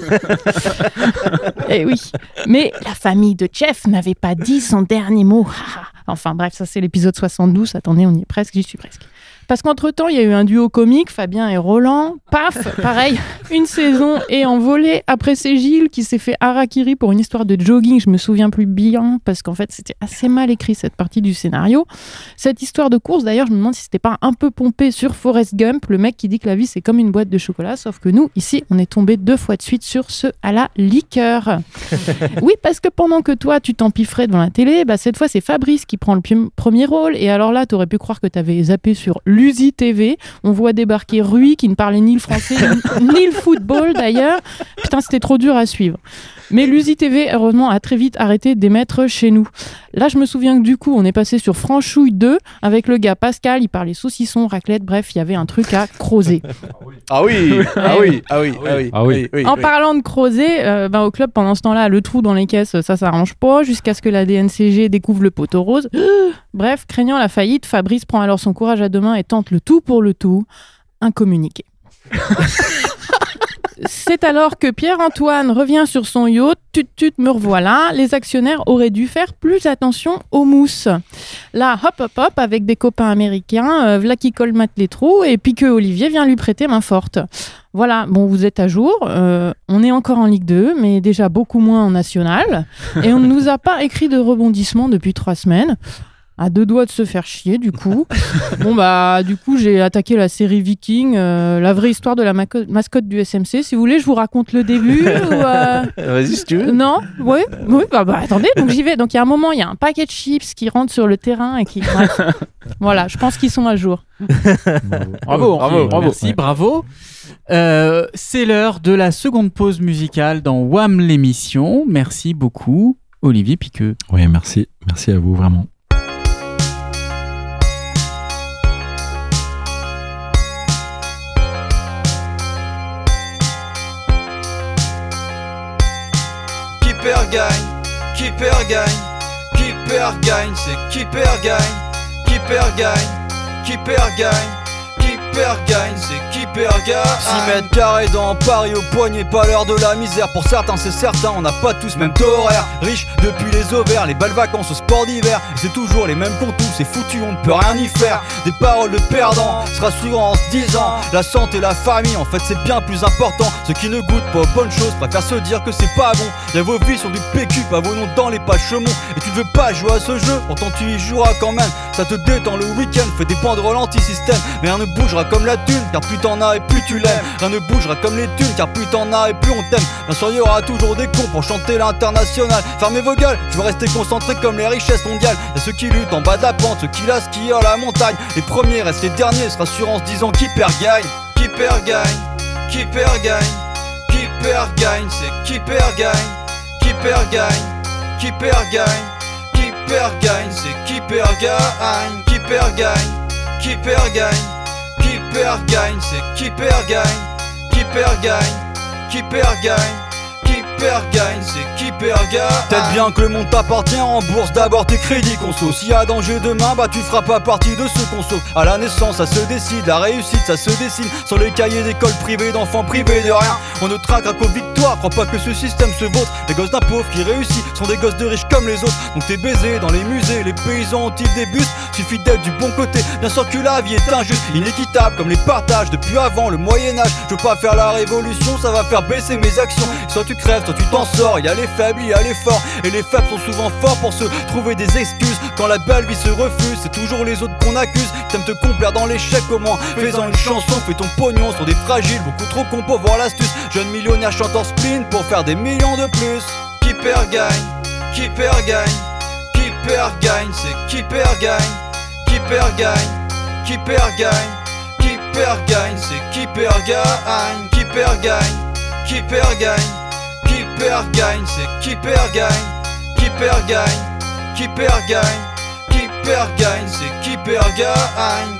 Eh oui. Mais la famille de Jeff n'avait pas dit son dernier mot. Enfin bref, ça c'est l'épisode soixante-douze. Attendez, on y est presque, j'y suis presque. Parce qu'entre-temps, il y a eu un duo comique, Fabien et Roland. Paf, pareil, une saison est envolée. Après, c'est Gilles qui s'est fait harakiri pour une histoire de jogging. Je me souviens plus bien, parce qu'en fait, c'était assez mal écrit, cette partie du scénario. Cette histoire de course, d'ailleurs, je me demande si c'était pas un peu pompé sur Forrest Gump, le mec qui dit que la vie, c'est comme une boîte de chocolat. Sauf que nous, ici, on est tombé deux fois de suite sur ce à la liqueur. Oui, parce que pendant que toi, tu t'empiffrais devant la télé, bah, cette fois, c'est Fabrice qui prend le pi- premier rôle. Et alors là, t'aurais pu croire que t'avais zappé sur l'U S I T V. On voit débarquer Rui qui ne parlait ni le français ni le football d'ailleurs. Putain, c'était trop dur à suivre. Mais l'U S I T V, heureusement, a très vite arrêté d'émettre chez nous. Là, je me souviens que du coup, on est passé sur Franchouille deux avec le gars Pascal. Il parlait saucisson, raclette, bref, il y avait un truc à creuser. Ah oui, ah oui, ah oui, ah oui, ah oui. oui, En oui. parlant de creuser, euh, ben, au club, pendant ce temps-là, le trou dans les caisses, ça s'arrange pas, jusqu'à ce que la D N C G découvre le poteau rose. Bref, craignant la faillite, Fabrice prend alors son courage à deux mains et tente le tout pour le tout, un communiqué. C'est alors que Pierre-Antoine revient sur son yacht, tut tut, me revoilà. Les actionnaires auraient dû faire plus attention aux mousses. Là, hop hop hop, avec des copains américains, euh, v'là qui colmate les trous, et puis que Olivier vient lui prêter main forte. Voilà, bon, vous êtes à jour. Euh, on est encore en Ligue deux, mais déjà beaucoup moins en National. Et on ne nous a pas écrit de rebondissement depuis trois semaines. À deux doigts de se faire chier, du coup. Bon, bah, du coup, j'ai attaqué la série Viking, euh, la vraie histoire de la maco- mascotte du S M C. Si vous voulez, je vous raconte le début. ou, euh... Vas-y, si tu veux. Non, oui, oui, bah, bah attendez, donc j'y vais. Donc il y a un moment, il y a un paquet de chips qui rentre sur le terrain et qui. Bref. Voilà, je pense qu'ils sont à jour. Bravo, bravo, bravo. Merci, bravo. Euh, c'est l'heure de la seconde pause musicale dans Wham l'émission. Merci beaucoup, Olivier Piqueux. Oui, merci. Merci à vous, vraiment. Qui perd gagne, qui perd gagne, qui perd gagne, c'est qui perd gagne, qui perd gagne, qui perd gagne, qui perd gagne, c'est qui perd gagne. six mètres carrés dans Paris au poignet, pas l'heure de la misère. Pour certains c'est certain, on n'a pas tous même taux horaire. Riche depuis les ovaires, les balles vacances au sport d'hiver. Et c'est toujours les mêmes contours, c'est foutu, on ne peut rien y faire. Des paroles de perdants, se rassurant en se disant la santé, la famille, en fait c'est bien plus important. Ceux qui ne goûtent pas aux bonnes choses préfèrent se dire que c'est pas bon. Et vos vies sont du P Q, pas vos noms dans les pages chemons. Et tu ne veux pas jouer à ce jeu, pourtant tu y joueras quand même. Ça te détend le week-end, fait des banderoles anti-système. Mais rien ne bougera comme la thune, car plus t'en as et plus tu l'aimes. Rien ne bougera comme les thunes, car plus t'en as et plus on t'aime. Bien sûr, il y aura toujours des cons pour chanter l'international. Fermez vos gueules, je veux rester concentré comme les richesses mondiales. Y'a ceux qui luttent en bas de la pente, ceux qui la skient à la montagne. Les premiers restent les derniers, se rassurent en se disant qui perd gagne. Qui perd gagne, qui perd gagne, qui perd gagne, c'est qui perd gagne, qui perd gagne, qui perd gagne, qui perd gagne, c'est qui perd gagne, qui perd gagne, qui perd gagne, qui perd gagne, c'est qui perd gagne, qui perd gagne, qui perd gagne, qui perd gagne, c'est qui perd gagne. Peut-être bien que le monde t'appartient en bourse, d'abord tes crédits conso. S'il y a danger demain, bah tu feras pas partie de ceux qu'on sauve. À la naissance, ça se décide, la réussite, ça se dessine. Sur les cahiers d'école privées, d'enfants privés de rien. On ne traquera qu'aux victoires, crois pas que ce système se vautre. Les gosses d'un pauvre qui réussit sont des gosses de riches comme les autres. Donc t'es baisé dans les musées, les paysans ont-ils des bustes. Suffit d'être du bon côté, bien sûr que la vie est injuste, inéquitable comme les partages depuis avant le Moyen-Âge. Je veux pas faire la révolution, ça va faire baisser mes actions. Soit tu crèves, soit tu t'en sors, il y a les faibles, il y a les forts. Et les faibles sont souvent forts pour se trouver des excuses. Quand la belle vie se refuse, c'est toujours les autres qu'on accuse. T'aimes te complaire dans l'échec, comment fais-en une chanson, fais ton pognon sur des fragiles, beaucoup trop cons pour voir l'astuce. Jeune millionnaire chanteur spleen pour faire des millions de plus. Qui perd gagne, qui perd gagne, qui perd gagne, c'est qui perd gagne, qui perd gagne, qui perd gagne, qui perd gagne, c'est qui perd gagne, qui perd gagne, qui perd gagne, qui perd gagne, c'est qui perd gagne, qui perd gagne, qui perd gagne, qui perd gagne, c'est qui perd gagne.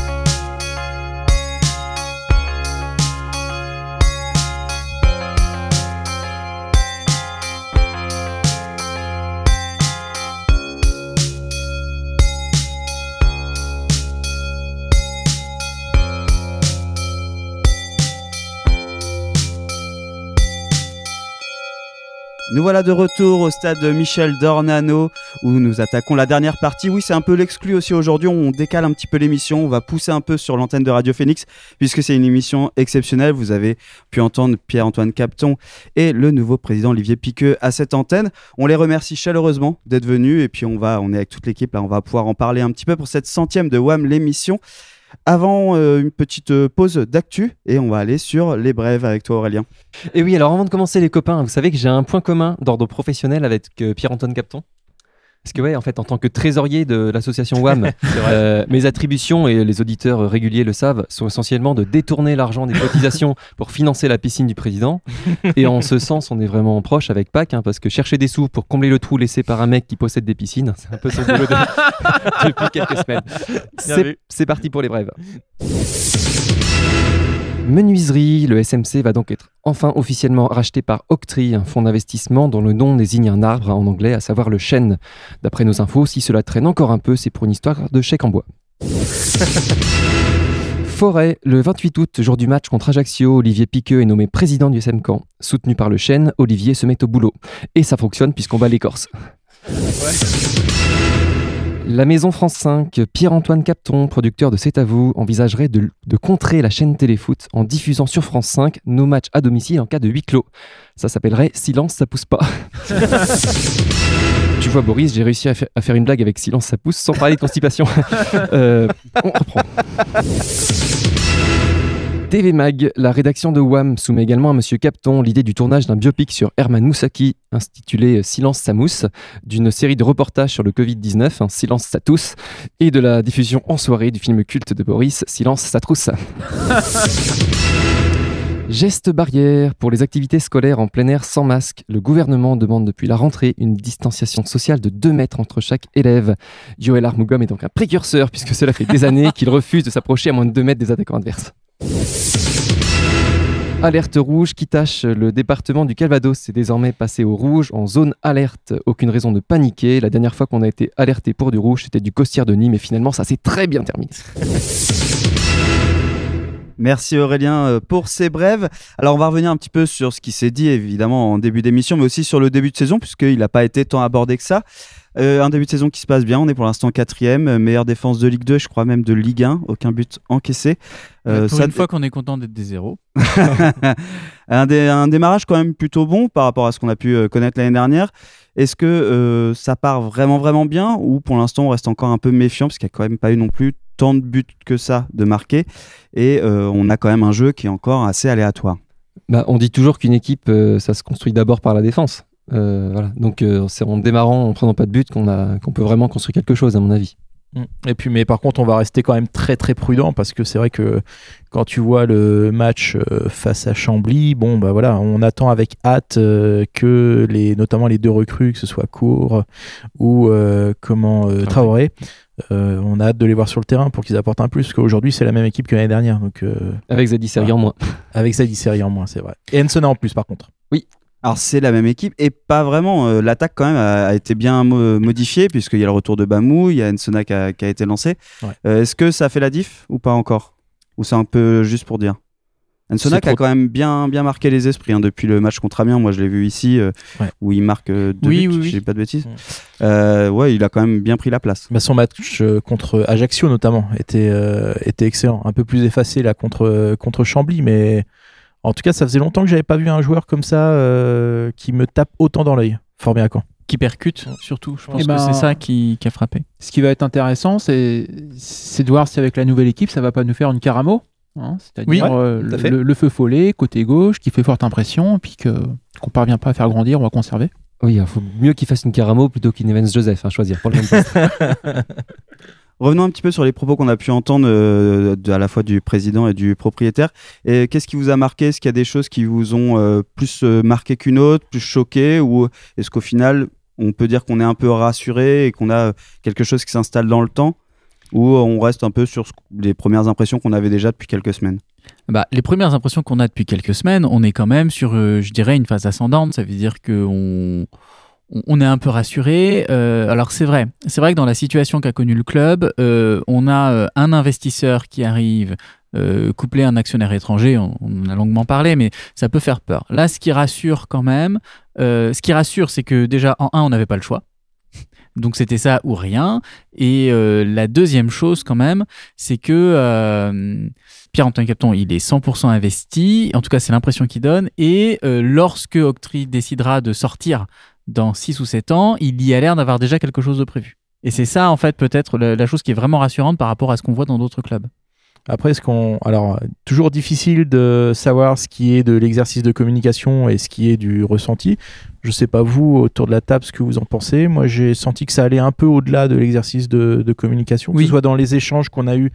Nous voilà de retour au stade Michel Dornano où nous attaquons la dernière partie. Oui, c'est un peu l'exclu aussi aujourd'hui, on décale un petit peu l'émission, on va pousser un peu sur l'antenne de Radio Phoenix puisque c'est une émission exceptionnelle. Vous avez pu entendre Pierre-Antoine Capton et le nouveau président Olivier Piqueux à cette antenne. On les remercie chaleureusement d'être venus et puis on, va, on est avec toute l'équipe là, on va pouvoir en parler un petit peu pour cette centième de W A M l'émission. Avant euh, une petite euh, pause d'actu et on va aller sur les brèves avec toi Aurélien. Et oui, alors avant de commencer les copains, vous savez que j'ai un point commun d'ordre professionnel avec euh, Pierre-Antoine Capton. Parce que ouais, en fait, en tant que trésorier de l'association W A M, euh, mes attributions, et les auditeurs réguliers le savent, sont essentiellement de détourner l'argent des cotisations pour financer la piscine du président. Et en ce sens, on est vraiment proche avec Pâques, hein, parce que chercher des sous pour combler le trou laissé par un mec qui possède des piscines, c'est un peu son boulot de... depuis quelques semaines. C'est, c'est parti pour les brèves. Menuiserie, le S M C va donc être enfin officiellement racheté par Octree, un fonds d'investissement dont le nom désigne un arbre en anglais, à savoir le chêne. D'après nos infos, si cela traîne encore un peu, c'est pour une histoire de chèque en bois. Forêt, le vingt-huit août, jour du match contre Ajaccio, Olivier Piqueux est nommé président du S M Caen. Soutenu par le chêne, Olivier se met au boulot. Et ça fonctionne puisqu'on bat les Corses. Ouais. La Maison France cinq, Pierre-Antoine Capton, producteur de C'est à vous, envisagerait de, de contrer la chaîne Téléfoot en diffusant sur France cinq nos matchs à domicile en cas de huis clos. Ça s'appellerait Silence, ça pousse pas. Tu vois Boris, j'ai réussi à, fa- à faire une blague avec Silence, ça pousse sans parler de constipation. euh, on reprend. T V Mag, la rédaction de W A M soumet également à Monsieur Capton l'idée du tournage d'un biopic sur Herman Moussaki, intitulé Silence ça mousse, d'une série de reportages sur le covid dix-neuf, hein, Silence ça tousse, et de la diffusion en soirée du film culte de Boris, Silence ça trousse. Geste barrière pour les activités scolaires en plein air sans masque. Le gouvernement demande depuis la rentrée une distanciation sociale de deux mètres entre chaque élève. Joël Armougom est donc un précurseur puisque cela fait des années qu'il refuse de s'approcher à moins de deux mètres des attaquants adverses. Alerte rouge qui tâche le département du Calvados. C'est désormais passé au rouge en zone alerte. Aucune raison de paniquer. La dernière fois qu'on a été alerté pour du rouge, c'était du Costières de Nîmes et finalement ça s'est très bien terminé. Merci Aurélien euh, pour ces brèves. Alors on va revenir un petit peu sur ce qui s'est dit évidemment en début d'émission, mais aussi sur le début de saison, puisqu'il n'a pas été tant abordé que ça. Euh, un début de saison qui se passe bien, on est pour l'instant quatrième, meilleure défense de Ligue deux, je crois même de Ligue un, aucun but encaissé. Euh, pour ça une d... fois qu'on est content d'être des zéros. un, dé- un démarrage quand même plutôt bon par rapport à ce qu'on a pu euh, connaître l'année dernière. Est-ce que euh, ça part vraiment vraiment bien, ou pour l'instant on reste encore un peu méfiant parce qu'il n'y a quand même pas eu non plus tant de buts que ça de marquer, et euh, on a quand même un jeu qui est encore assez aléatoire. Bah, on dit toujours qu'une équipe, euh, ça se construit d'abord par la défense. Euh, voilà. Donc euh, c'est en démarrant, en prenant pas de but qu'on a, qu'on peut vraiment construire quelque chose, à mon avis. Et puis, mais par contre, on va rester quand même très très prudent, parce que c'est vrai que quand tu vois le match face à Chambly, bon bah voilà, on attend avec hâte euh, que les, notamment les deux recrues, que ce soit Cour ou euh, comment euh, Traoré, euh, on a hâte de les voir sur le terrain pour qu'ils apportent un plus. Parce qu'aujourd'hui, c'est la même équipe que l'année dernière. Donc euh, avec Zadie Seri en moins. Avec Zadie Seri en moins, c'est vrai. Et Ensona en plus, par contre. Oui. Alors c'est la même équipe et pas vraiment. Euh, l'attaque quand même a, a été bien mo- modifiée puisqu'il y a le retour de Bamou, il y a Ensona qui a, qui a été lancé. Ouais. Euh, est-ce que ça fait la diff ou pas encore? Ou c'est un peu juste pour dire? Ensona c'est qui trop... a quand même bien, bien marqué les esprits hein, depuis le match contre Amiens. Moi je l'ai vu ici euh, ouais. où il marque euh, deux oui, buts, oui, oui. je dis pas de bêtises. Ouais. Euh, ouais, il a quand même bien pris la place. Bah, son match euh, contre Ajaccio notamment était, euh, était excellent. Un peu plus effacé là contre, euh, contre Chambly, mais... En tout cas, ça faisait longtemps que j'avais pas vu un joueur comme ça euh, qui me tape autant dans l'œil. Fort bien à Caen. Qui percute surtout. Je pense et que ben, c'est ça qui, qui a frappé. Ce qui va être intéressant, c'est, c'est de voir si avec la nouvelle équipe, ça va pas nous faire une Caramo. Hein, c'est-à-dire oui, ouais, euh, le, le feu follet, côté gauche, qui fait forte impression, et puis que, qu'on parvient pas à faire grandir, on va conserver. Oui, il faut mieux qu'il fasse une Caramo plutôt qu'une Evans Joseph, hein, choisir pour le même poste. Revenons un petit peu sur les propos qu'on a pu entendre euh, de, à la fois du président et du propriétaire. Et qu'est-ce qui vous a marqué? Est-ce qu'il y a des choses qui vous ont euh, plus euh, marqué qu'une autre, plus choqué? Ou est-ce qu'au final, on peut dire qu'on est un peu rassuré et qu'on a quelque chose qui s'installe dans le temps? Ou on reste un peu sur ce, les premières impressions qu'on avait déjà depuis quelques semaines? Bah, les premières impressions qu'on a depuis quelques semaines, on est quand même sur, euh, je dirais, une phase ascendante. Ça veut dire qu'on... on est un peu rassuré. Euh, alors c'est vrai, c'est vrai que dans la situation qu'a connue le club, euh, on a euh, un investisseur qui arrive, euh, couplé à un actionnaire étranger. On, on en a longuement parlé, mais ça peut faire peur. Là, ce qui rassure quand même, euh, ce qui rassure, c'est que déjà en un, on n'avait pas le choix. Donc c'était ça ou rien. Et euh, la deuxième chose quand même, c'est que euh, Pierre-Antoine Capton, il est cent pour cent investi. En tout cas, c'est l'impression qu'il donne. Et euh, lorsque Octree décidera de sortir dans six ou sept ans, il y a l'air d'avoir déjà quelque chose de prévu. Et c'est ça, en fait, peut-être la, la chose qui est vraiment rassurante par rapport à ce qu'on voit dans d'autres clubs. Après, ce qu'on... Alors, toujours difficile de savoir ce qui est de l'exercice de communication et ce qui est du ressenti. Je ne sais pas vous, autour de la table, ce que vous en pensez. Moi, j'ai senti que ça allait un peu au-delà de l'exercice de, de communication, que oui. ce soit dans les échanges qu'on a eus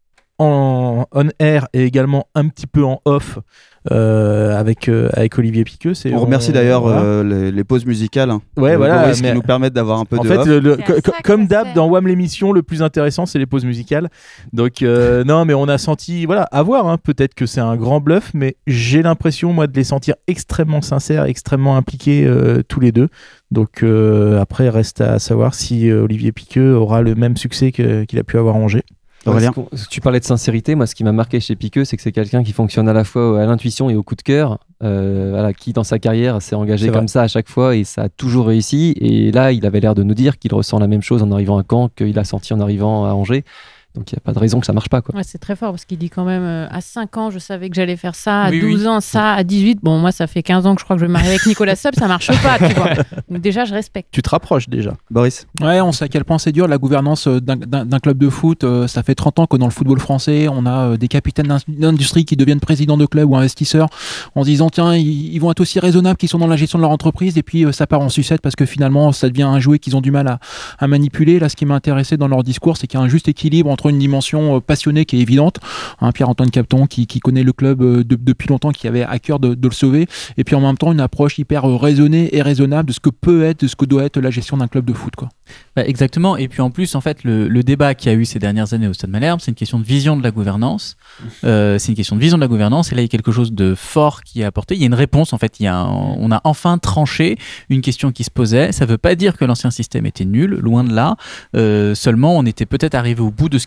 en on-air et également un petit peu en off euh, avec, euh, avec Olivier Piqueux. C'est, on, on remercie d'ailleurs voilà. euh, les, les pauses musicales hein, ouais, voilà, mais... qui nous permettent d'avoir un peu en de fait, off. Le, le, co- comme d'hab, dans W A M l'émission, le plus intéressant, c'est les pauses musicales. Donc, euh, non, mais on a senti, voilà, à voir, hein, peut-être que c'est un grand bluff, mais j'ai l'impression, moi, de les sentir extrêmement sincères, extrêmement impliqués euh, tous les deux. Donc, euh, après, reste à savoir si euh, Olivier Piqueux aura le même succès que, qu'il a pu avoir à Angers. Aurélien, tu parlais de sincérité. Moi, ce qui m'a marqué chez Piqueux, c'est que c'est quelqu'un qui fonctionne à la fois à l'intuition et au coup de cœur. Euh, voilà, qui dans sa carrière s'est engagé c'est comme vrai. ça à chaque fois et ça a toujours réussi. Et là, il avait l'air de nous dire qu'il ressent la même chose en arrivant à Caen qu'il a senti en arrivant à Angers. Donc il n'y a pas de raison que ça marche pas, quoi. Ouais, c'est très fort parce qu'il dit quand même euh, à cinq ans, je savais que j'allais faire ça, à oui, douze oui. ans, ça, à dix-huit. Bon, moi, ça fait quinze ans que je crois que je vais me marier avec Nicolas Sub, ça marche pas, tu vois. Donc déjà, je respecte. Tu te rapproches déjà. Boris. Ouais, on sait à quel point c'est dur la gouvernance d'un, d'un, d'un club de foot. Euh, ça fait trente ans que dans le football français, on a euh, des capitaines d'industrie qui deviennent présidents de club ou investisseurs en se disant tiens, ils, ils vont être aussi raisonnables qu'ils sont dans la gestion de leur entreprise et puis euh, ça part en sucette parce que finalement, ça devient un jouet qu'ils ont du mal à, à manipuler. Là, ce qui m'a intéressé dans leur discours, c'est qu'il y a un juste équilibre entre une dimension euh, passionnée qui est évidente, hein, Pierre-Antoine Capton qui, qui connaît le club euh, de, depuis longtemps, qui avait à cœur de, de le sauver, et puis en même temps une approche hyper euh, raisonnée et raisonnable de ce que peut être, de ce que doit être la gestion d'un club de foot, quoi. Bah, exactement, et puis en plus en fait le, le débat qu'il y a eu ces dernières années au Stade Malherbe, c'est une question de vision de la gouvernance, euh, c'est une question de vision de la gouvernance, et là il y a quelque chose de fort qui est apporté, il y a une réponse en fait, il y a un, on a enfin tranché une question qui se posait. Ça veut pas dire que l'ancien système était nul, loin de là, euh, seulement on était peut-être arrivé au bout de ce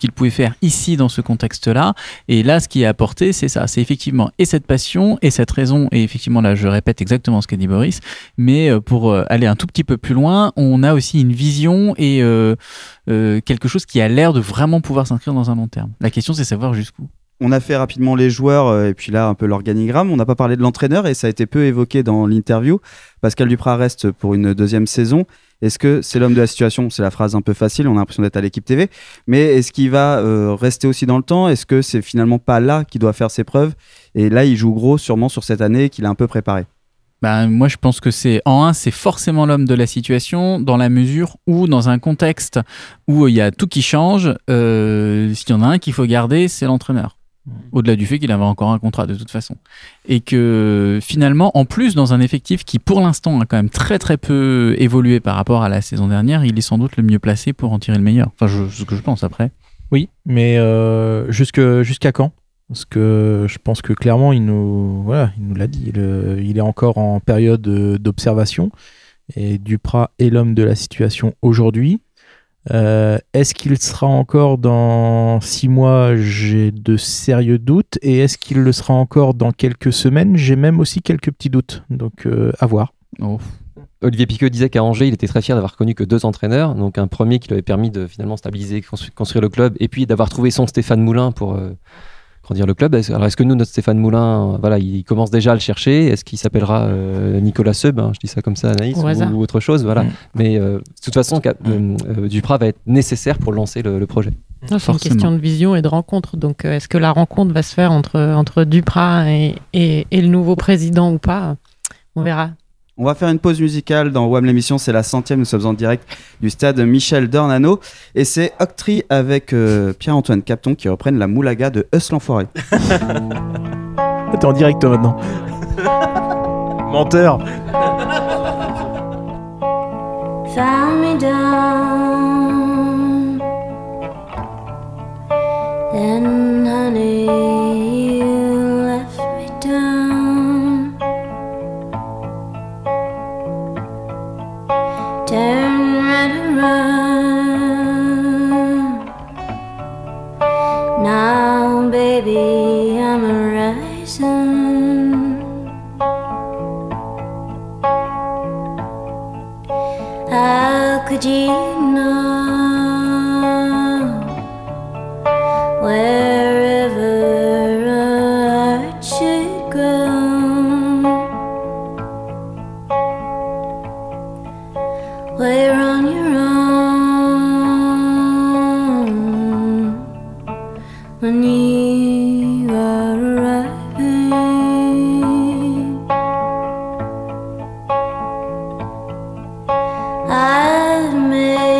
qu'il pouvait faire ici dans ce contexte-là. Et là, ce qui est apporté, c'est ça, c'est effectivement et cette passion et cette raison. Et effectivement, là, je répète exactement ce qu'a dit Boris, mais euh, pour euh, aller un tout petit peu plus loin, on a aussi une vision et euh, euh, quelque chose qui a l'air de vraiment pouvoir s'inscrire dans un long terme. La question, c'est savoir jusqu'où. On a fait rapidement les joueurs euh, et puis là un peu l'organigramme. On n'a pas parlé de l'entraîneur et ça a été peu évoqué dans l'interview. Pascal Duprat reste pour une deuxième saison. Est-ce que c'est l'homme de la situation ? C'est la phrase un peu facile, on a l'impression d'être à l'équipe T V. Mais est-ce qu'il va euh, rester aussi dans le temps ? Est-ce que c'est finalement pas là qu'il doit faire ses preuves ? Et là, il joue gros sûrement sur cette année qu'il a un peu préparé. Ben, moi, je pense que c'est en un, c'est forcément l'homme de la situation dans la mesure où, dans un contexte où il y a tout qui change, euh, s'il y en a un qu'il faut garder, c'est l'entraîneur. Au-delà du fait qu'il avait encore un contrat de toute façon. Et que finalement, en plus, dans un effectif qui pour l'instant a quand même très très peu évolué par rapport à la saison dernière, il est sans doute le mieux placé pour en tirer le meilleur. Enfin, je, ce que je pense après. Oui, mais euh, jusque, jusqu'à quand ? Parce que je pense que clairement, il nous, voilà, il nous l'a dit, il, il est encore en période d'observation. Et Duprat est l'homme de la situation aujourd'hui. Euh, est-ce qu'il sera encore dans six mois ? J'ai de sérieux doutes. Et est-ce qu'il le sera encore dans quelques semaines ? J'ai même aussi quelques petits doutes. Donc, euh, à voir. Oh. Olivier Piqueux disait qu'à Angers, il était très fier d'avoir connu que deux entraîneurs. Donc, un premier qui lui avait permis de finalement stabiliser, constru- construire le club. Et puis d'avoir trouvé son Stéphane Moulin pour euh, grandir le club. Alors, est-ce que nous, notre Stéphane Moulin, euh, voilà, il commence déjà à le chercher ? Est-ce qu'il s'appellera euh, Nicolas Seub, hein, je dis ça comme ça, Anaïs, ou, ou autre chose, voilà. Mmh. Mais euh, de toute façon, mmh. euh, Duprat va être nécessaire pour lancer le, le projet. Non, c'est une question de vision et de rencontre. Donc, euh, est-ce que la rencontre va se faire entre, entre Duprat et, et, et le nouveau président ou pas ? On verra. On va faire une pause musicale dans W A M l'émission, c'est la centième, nous sommes en direct du stade Michel Dornano et c'est Octree avec euh, Pierre-Antoine Capton qui reprennent la moulaga de Eus l'Enfoiré. T'es en direct toi maintenant. Menteur. Found me down, then honey you left me down. Turn right around. Now, baby, I'm a rising. How could you know wherever a heart should go? We're on your own when you are arriving. I've made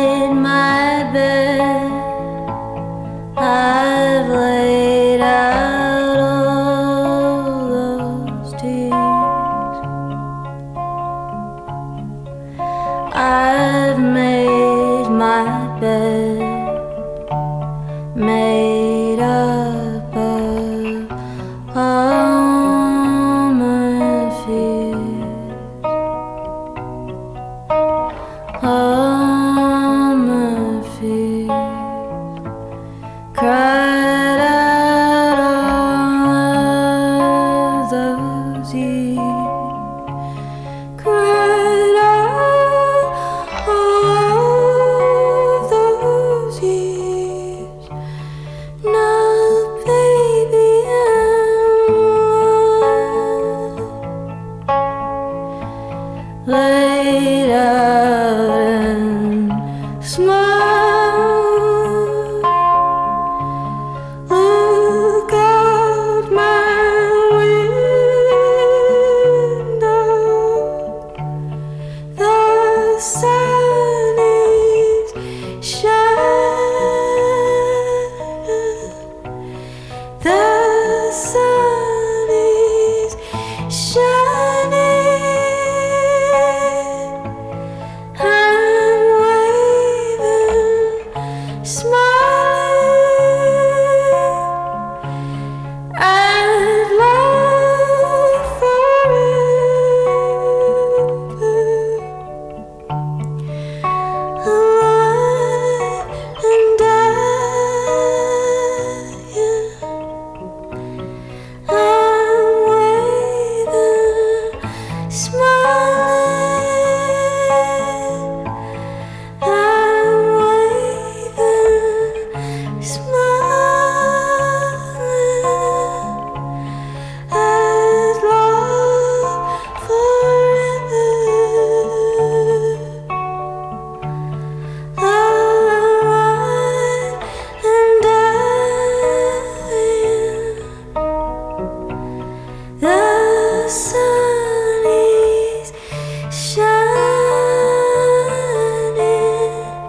sun is shining.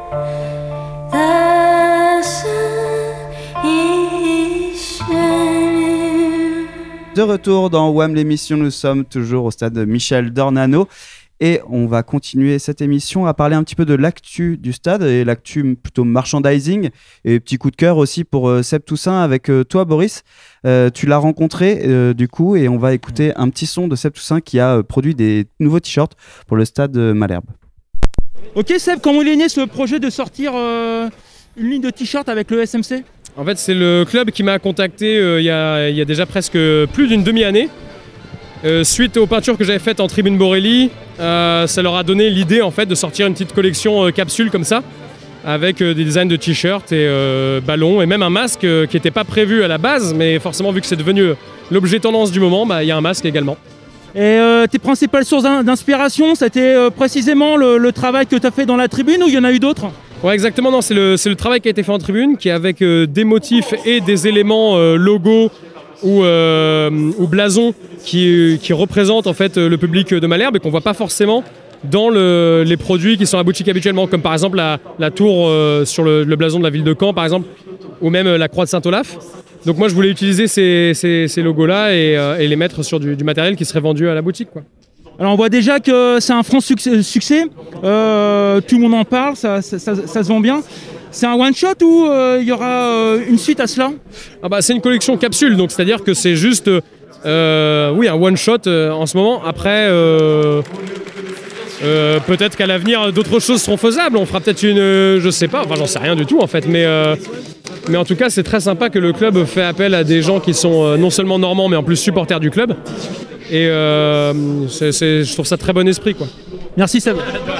The sun is shining. De retour dans W A M l'émission, nous sommes toujours au stade Michel Dornano et on va continuer cette émission à parler un petit peu de l'actu du stade et l'actu plutôt merchandising et petit coup de cœur aussi pour euh, Seb Toussaint avec euh, toi Boris. Euh, tu l'as rencontré euh, du coup et on va écouter un petit son de Seb Toussaint qui a euh, produit des nouveaux t-shirts pour le stade euh, Malherbe. Ok Seb, comment il est né ce projet de sortir euh, une ligne de t-shirts avec le S M C ? En fait, c'est le club qui m'a contacté euh, il y a, il y a déjà presque plus d'une demi-année. Euh, suite aux peintures que j'avais faites en Tribune Borelli, euh, ça leur a donné l'idée en fait, de sortir une petite collection euh, capsule comme ça, avec euh, des designs de t-shirts et euh, ballons, et même un masque euh, qui n'était pas prévu à la base, mais forcément vu que c'est devenu l'objet tendance du moment, bah, il y a un masque également. Et euh, tes principales sources d'inspiration, c'était euh, précisément le, le travail que tu as fait dans la tribune ou il y en a eu d'autres ? Ouais, exactement, non, c'est le, c'est le travail qui a été fait en tribune, qui est avec euh, des motifs et des éléments euh, logos ou, euh, ou blasons qui, qui représentent en fait le public de Malherbe et qu'on ne voit pas forcément dans le, les produits qui sont à boutique habituellement, comme par exemple la, la tour euh, sur le, le blason de la ville de Caen, par exemple, ou même la croix de Saint-Olaf. Donc moi, je voulais utiliser ces, ces, ces logos-là et, euh, et les mettre sur du, du matériel qui serait vendu à la boutique, quoi. Alors on voit déjà que c'est un franc succès, succès. Euh, tout le monde en parle, ça, ça, ça, ça se vend bien. C'est un one-shot ou il euh, y aura euh, une suite à cela ? Ah bah, c'est une collection capsule, donc c'est-à-dire que c'est juste euh, oui, un one-shot euh, en ce moment. Après, euh, euh, peut-être qu'à l'avenir, d'autres choses seront faisables. On fera peut-être une... Euh, je sais pas, enfin j'en sais rien du tout en fait. Mais, euh, mais en tout cas, c'est très sympa que le club fait appel à des gens qui sont euh, non seulement normands, mais en plus supporters du club. Et euh, c'est, c'est, je trouve ça très bon esprit, quoi. Merci Seb.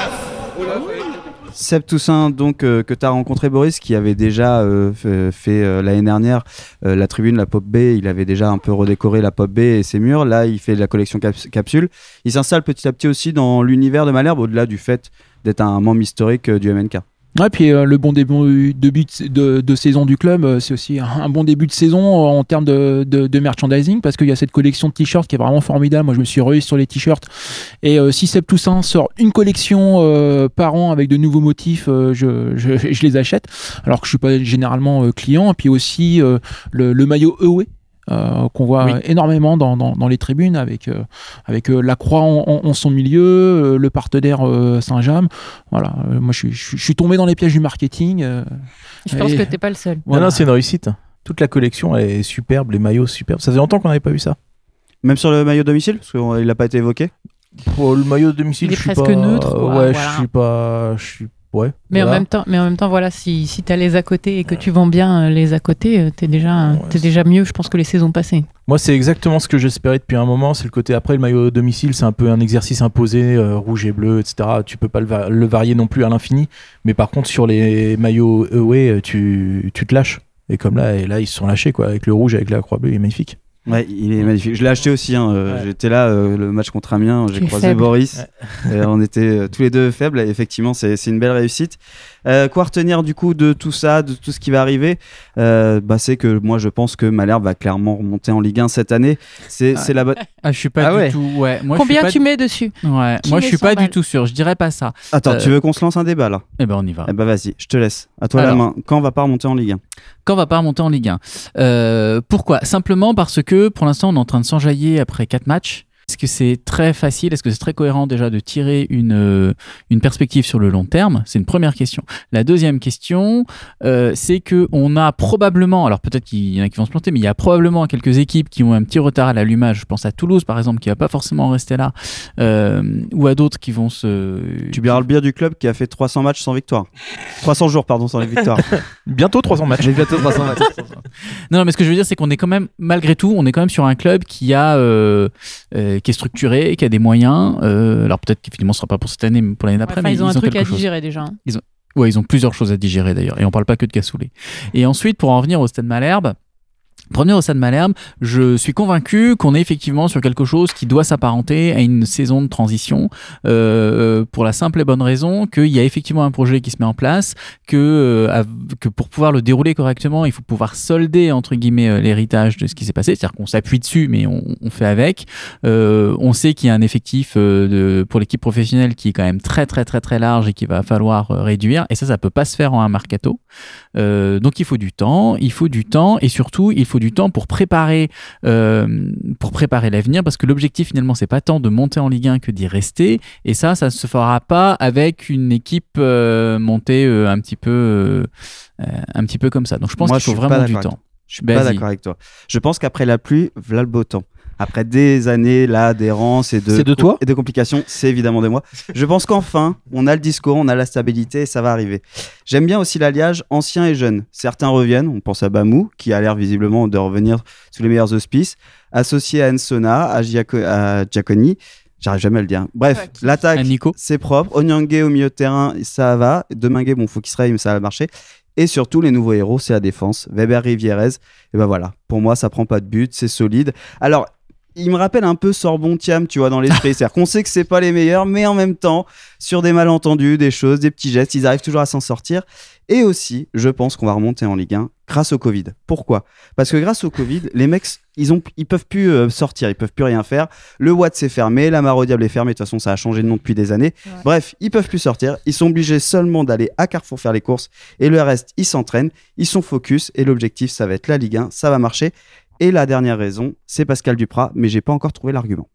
Seb Toussaint, donc, euh, que tu as rencontré Boris, qui avait déjà euh, fait, fait euh, l'année dernière euh, la tribune, la Pop B. Il avait déjà un peu redécoré la Pop B et ses murs. Là, il fait de la collection cap- capsule. Il s'installe petit à petit aussi dans l'univers de Malherbe, au-delà du fait d'être un membre historique euh, du M N K. Ouais, puis euh, le bon début, début de, de, de saison du club, euh, c'est aussi un, un bon début de saison euh, en termes de, de, de merchandising, parce qu'il y a cette collection de t-shirts qui est vraiment formidable. Moi, je me suis reçu sur les t-shirts. Et euh, si Seb Toussaint sort une collection euh, par an avec de nouveaux motifs, euh, je, je, je les achète, alors que je suis pas généralement euh, client. Et puis aussi euh, le, le maillot Away. Euh, qu'on voit oui. énormément dans, dans, dans les tribunes avec, euh, avec euh, la croix en, en, en son milieu, euh, le partenaire euh, Saint-James. Voilà, euh, moi je suis, je suis tombé dans les pièges du marketing. Euh, je pense et... que t'es pas le seul. Voilà. Non, non, c'est une réussite. Toute la collection est superbe, les maillots superbes. Ça faisait longtemps qu'on n'avait pas vu ça. Même sur le maillot domicile, parce qu'il n'a pas été évoqué. Pour le maillot domicile, il est je suis presque pas... neutre. Quoi, ouais, voilà. je suis pas. Je suis Ouais, mais, voilà. en même temps, mais en même temps, voilà, si, si tu as les à côté et que tu vends bien les à côté, tu es déjà, ouais, t'es déjà mieux, je pense, que les saisons passées. Moi, c'est exactement ce que j'espérais depuis un moment. C'est le côté après, le maillot domicile, c'est un peu un exercice imposé, euh, rouge et bleu, et cetera. Tu peux pas le, va- le varier non plus à l'infini. Mais par contre, sur les maillots away, tu, tu te lâches. Et comme là, et là, ils se sont lâchés, quoi. Avec le rouge, avec la croix bleue, il est magnifique. Ouais, il est magnifique. Je l'ai acheté aussi. Hein. Ouais. J'étais là, euh, le match contre Amiens. J'ai croisé faible. Boris. Ouais. Et on était euh, tous les deux faibles. Et effectivement, c'est, c'est une belle réussite. Euh, quoi retenir du coup de tout ça, de tout ce qui va arriver euh, bah, c'est que moi, je pense que Malherbe va clairement remonter en Ligue un cette année. C'est, ah, c'est la bonne. Ah, je suis pas ah, du ouais. tout. Ouais. Moi, Combien je suis pas tu d... mets dessus Ouais. Qui Moi, je suis pas balles. du tout sûr. Je dirais pas ça. Attends, euh... tu veux qu'on se lance un débat là ? Eh ben, on y va. Eh ben, vas-y, je te laisse. À toi Alors, la main. Quand on va pas remonter en Ligue un ? Quand on va pas remonter en Ligue un. Euh, pourquoi ? Simplement parce que pour l'instant, on est en train de s'enjailler après quatre matchs. Est-ce que c'est très facile ? Est-ce que c'est très cohérent déjà de tirer une, euh, une perspective sur le long terme ? C'est une première question. La deuxième question, euh, c'est qu'on a probablement, alors peut-être qu'il y en a qui vont se planter, mais il y a probablement quelques équipes qui ont un petit retard à l'allumage. Je pense à Toulouse par exemple, qui va pas forcément rester là, euh, ou à d'autres qui vont se... Tu bières le bière du club qui a fait trois cents matchs sans victoire. trois cents jours, pardon, sans les victoires. Bientôt trois cents matchs. Bientôt trois cents matchs. Non, non, mais ce que je veux dire, c'est qu'on est quand même, malgré tout, on est quand même sur un club qui a... Euh, euh, qui est structuré, qui a des moyens. Euh, alors peut-être qu'effectivement ce ne sera pas pour cette année, mais pour l'année d'après. Enfin, mais ils ont ils un ont truc à chose. digérer déjà. Ils ont, ouais, ils ont plusieurs choses à digérer d'ailleurs. Et on ne parle pas que de cassoulet. Et ensuite, pour en revenir au Stade Malherbe, Revenir au Stade Malherbe, je suis convaincu qu'on est effectivement sur quelque chose qui doit s'apparenter à une saison de transition euh, pour la simple et bonne raison qu'il y a effectivement un projet qui se met en place, que, euh, que pour pouvoir le dérouler correctement, il faut pouvoir solder entre guillemets euh, l'héritage de ce qui s'est passé, c'est-à-dire qu'on s'appuie dessus mais on, on fait avec. Euh, on sait qu'il y a un effectif euh, de, pour l'équipe professionnelle qui est quand même très très très très large et qu'il va falloir euh, réduire, et ça, ça peut pas se faire en un mercato. Euh, donc il faut du temps, il faut du temps et surtout il faut du temps pour préparer euh, pour préparer l'avenir, parce que l'objectif finalement c'est pas tant de monter en Ligue un que d'y rester, et ça ça se fera pas avec une équipe euh, montée euh, un petit peu euh, un petit peu comme ça. Donc je pense Moi, qu'il faut je suis vraiment pas du d'accord temps. Je suis pas d'accord avec toi. Je pense qu'après la pluie, voilà le beau temps. Après des années là d'errance et de, C'est de toi et de complications, c'est évidemment de moi. Je pense qu'enfin, on a le discours, on a la stabilité et ça va arriver. J'aime bien aussi l'alliage ancien et jeune. Certains reviennent, on pense à Bamou, qui a l'air visiblement de revenir sous les meilleurs auspices, associé à Nsona, à, Giaco- à Giaconi. J'arrive jamais à le dire. Bref, ouais, l'attaque, c'est propre. Onyangue au milieu de terrain, ça va. Demingue, bon, faut qu'il se réveille, mais ça va marcher. Et surtout, les nouveaux héros, c'est la défense. Weber, Rivierez. Et ben voilà. Pour moi, ça prend pas de but, c'est solide. Alors, il me rappelle un peu Sorbon Thiam, tu vois, dans l'esprit. C'est-à-dire qu'on sait que c'est pas les meilleurs, mais en même temps, sur des malentendus, des choses, des petits gestes, ils arrivent toujours à s'en sortir. Et aussi, je pense qu'on va remonter en Ligue un grâce au Covid. Pourquoi ? Parce que grâce au Covid, les mecs, ils ont, ils peuvent plus euh, sortir, ils peuvent plus rien faire. Le Watt s'est fermé, la Mare au Diable est fermée. De toute façon, ça a changé de nom depuis des années. Ouais. Bref, ils peuvent plus sortir. Ils sont obligés seulement d'aller à Carrefour faire les courses. Et le reste, ils s'entraînent, ils sont focus. Et l'objectif, ça va être la Ligue un, ça va marcher. Et la dernière raison, c'est Pascal Duprat, mais j'ai pas encore trouvé l'argument.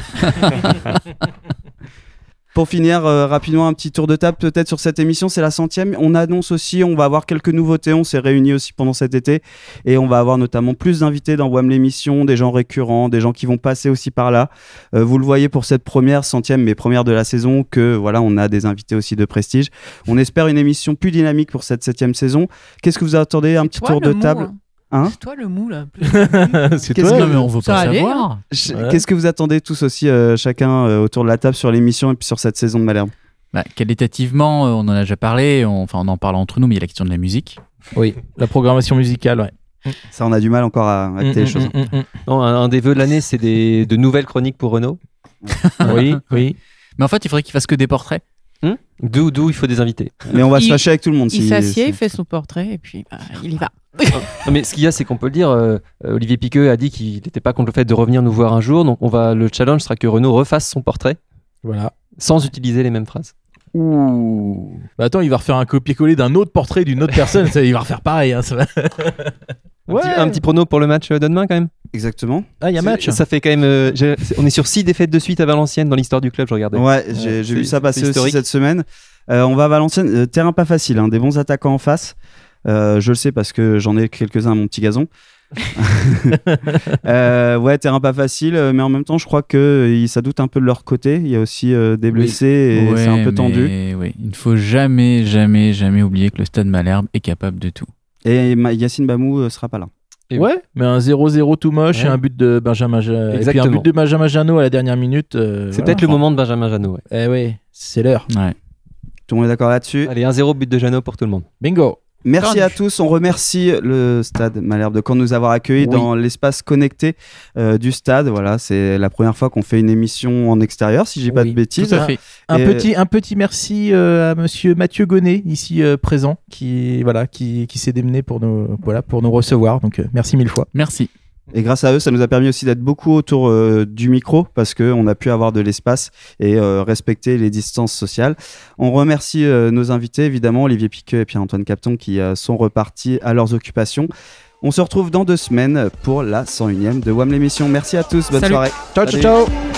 Pour finir, euh, rapidement, un petit tour de table peut-être sur cette émission, c'est la centième. On annonce aussi, on va avoir quelques nouveautés, on s'est réunis aussi pendant cet été, et on va avoir notamment plus d'invités dans W A M l'émission, des gens récurrents, des gens qui vont passer aussi par là. Euh, vous le voyez pour cette première, centième, mais première de la saison, que voilà, on a des invités aussi de prestige. On espère une émission plus dynamique pour cette septième saison. Qu'est-ce que vous attendez? Un petit tour de table hein Hein c'est toi le mou là. C'est toi, que... mais on veut pas allait, savoir. hein. Ouais. Qu'est-ce que vous attendez tous aussi, euh, chacun euh, autour de la table sur l'émission et puis sur cette saison de Malherbe? Bah, qualitativement, on en a déjà parlé, on, enfin on en parle entre nous, mais il y a la question de la musique. Oui, la programmation musicale, ouais. Ça, on a du mal encore à acter mmh, les choses. Mmh, mmh. Non, un, un des vœux de l'année, c'est des, de nouvelles chroniques pour Renault. Oui, oui. Mais en fait, il faudrait qu'il fasse que des portraits. Mmh. D'où, d'où il faut des invités. Mais on va il, se fâcher avec tout le monde. Il si, s'assied, si... il fait son portrait et puis bah, il y va. Non, mais ce qu'il y a, c'est qu'on peut le dire. Euh, Olivier Piqueux a dit qu'il n'était pas contre le fait de revenir nous voir un jour. Donc, on va, le challenge sera que Renault refasse son portrait. Voilà. Sans utiliser les mêmes phrases. Ouh. Bah attends, il va refaire un copier-coller d'un autre portrait d'une autre personne. Ça, il va refaire pareil. Hein, ça va... Ouais. Un, petit, un petit prono pour le match de demain quand même. Exactement. Ah, il y a match. Ça fait quand même. Euh, on est sur six défaites de suite à Valenciennes dans l'histoire du club, je regardais. Ouais, j'ai, ouais, j'ai vu ça passer aussi cette semaine. Euh, on va à Valenciennes, euh, terrain pas facile, hein, des bons attaquants en face. Euh, je le sais parce que j'en ai quelques-uns à mon petit gazon. euh, ouais, terrain pas facile, mais en même temps, je crois que ça doute un peu de leur côté. Il y a aussi euh, des blessés oui. et ouais, c'est un peu mais, tendu. Oui. Il ne faut jamais, jamais, jamais oublier que le Stade Malherbe est capable de tout. Et Yacine Bamou euh, sera pas là. Et ouais, oui. mais un zéro zéro tout moche ouais. et un but de Benjamin ja... et puis un but de Benjamin Janot à la dernière minute. Euh, c'est voilà. peut-être le moment de Benjamin Janot. Ouais. Eh oui, c'est l'heure. Ouais. Tout le monde est d'accord là-dessus. Allez, un zéro but de Janot pour tout le monde. Bingo. Merci à tous. On remercie le Stade Malherbe de Caen de nous avoir accueillis oui. dans l'espace connecté euh, du stade. Voilà, c'est la première fois qu'on fait une émission en extérieur, si j'ai oui, pas de bêtises. Tout à fait. Un Et petit, un petit merci euh, à Monsieur Mathieu Gonnet ici euh, présent, qui voilà, qui, qui s'est démené pour nous, voilà, pour nous recevoir. Donc euh, merci mille fois. Merci. Et grâce à eux, ça nous a permis aussi d'être beaucoup autour euh, du micro parce qu'on a pu avoir de l'espace et euh, respecter les distances sociales. On remercie euh, nos invités, évidemment, Olivier Piqueux et Pierre-Antoine Capton qui euh, sont repartis à leurs occupations. On se retrouve dans deux semaines pour la cent unième de W A M l'émission. Merci à tous, bonne Salut. soirée. Ciao, ciao, ciao.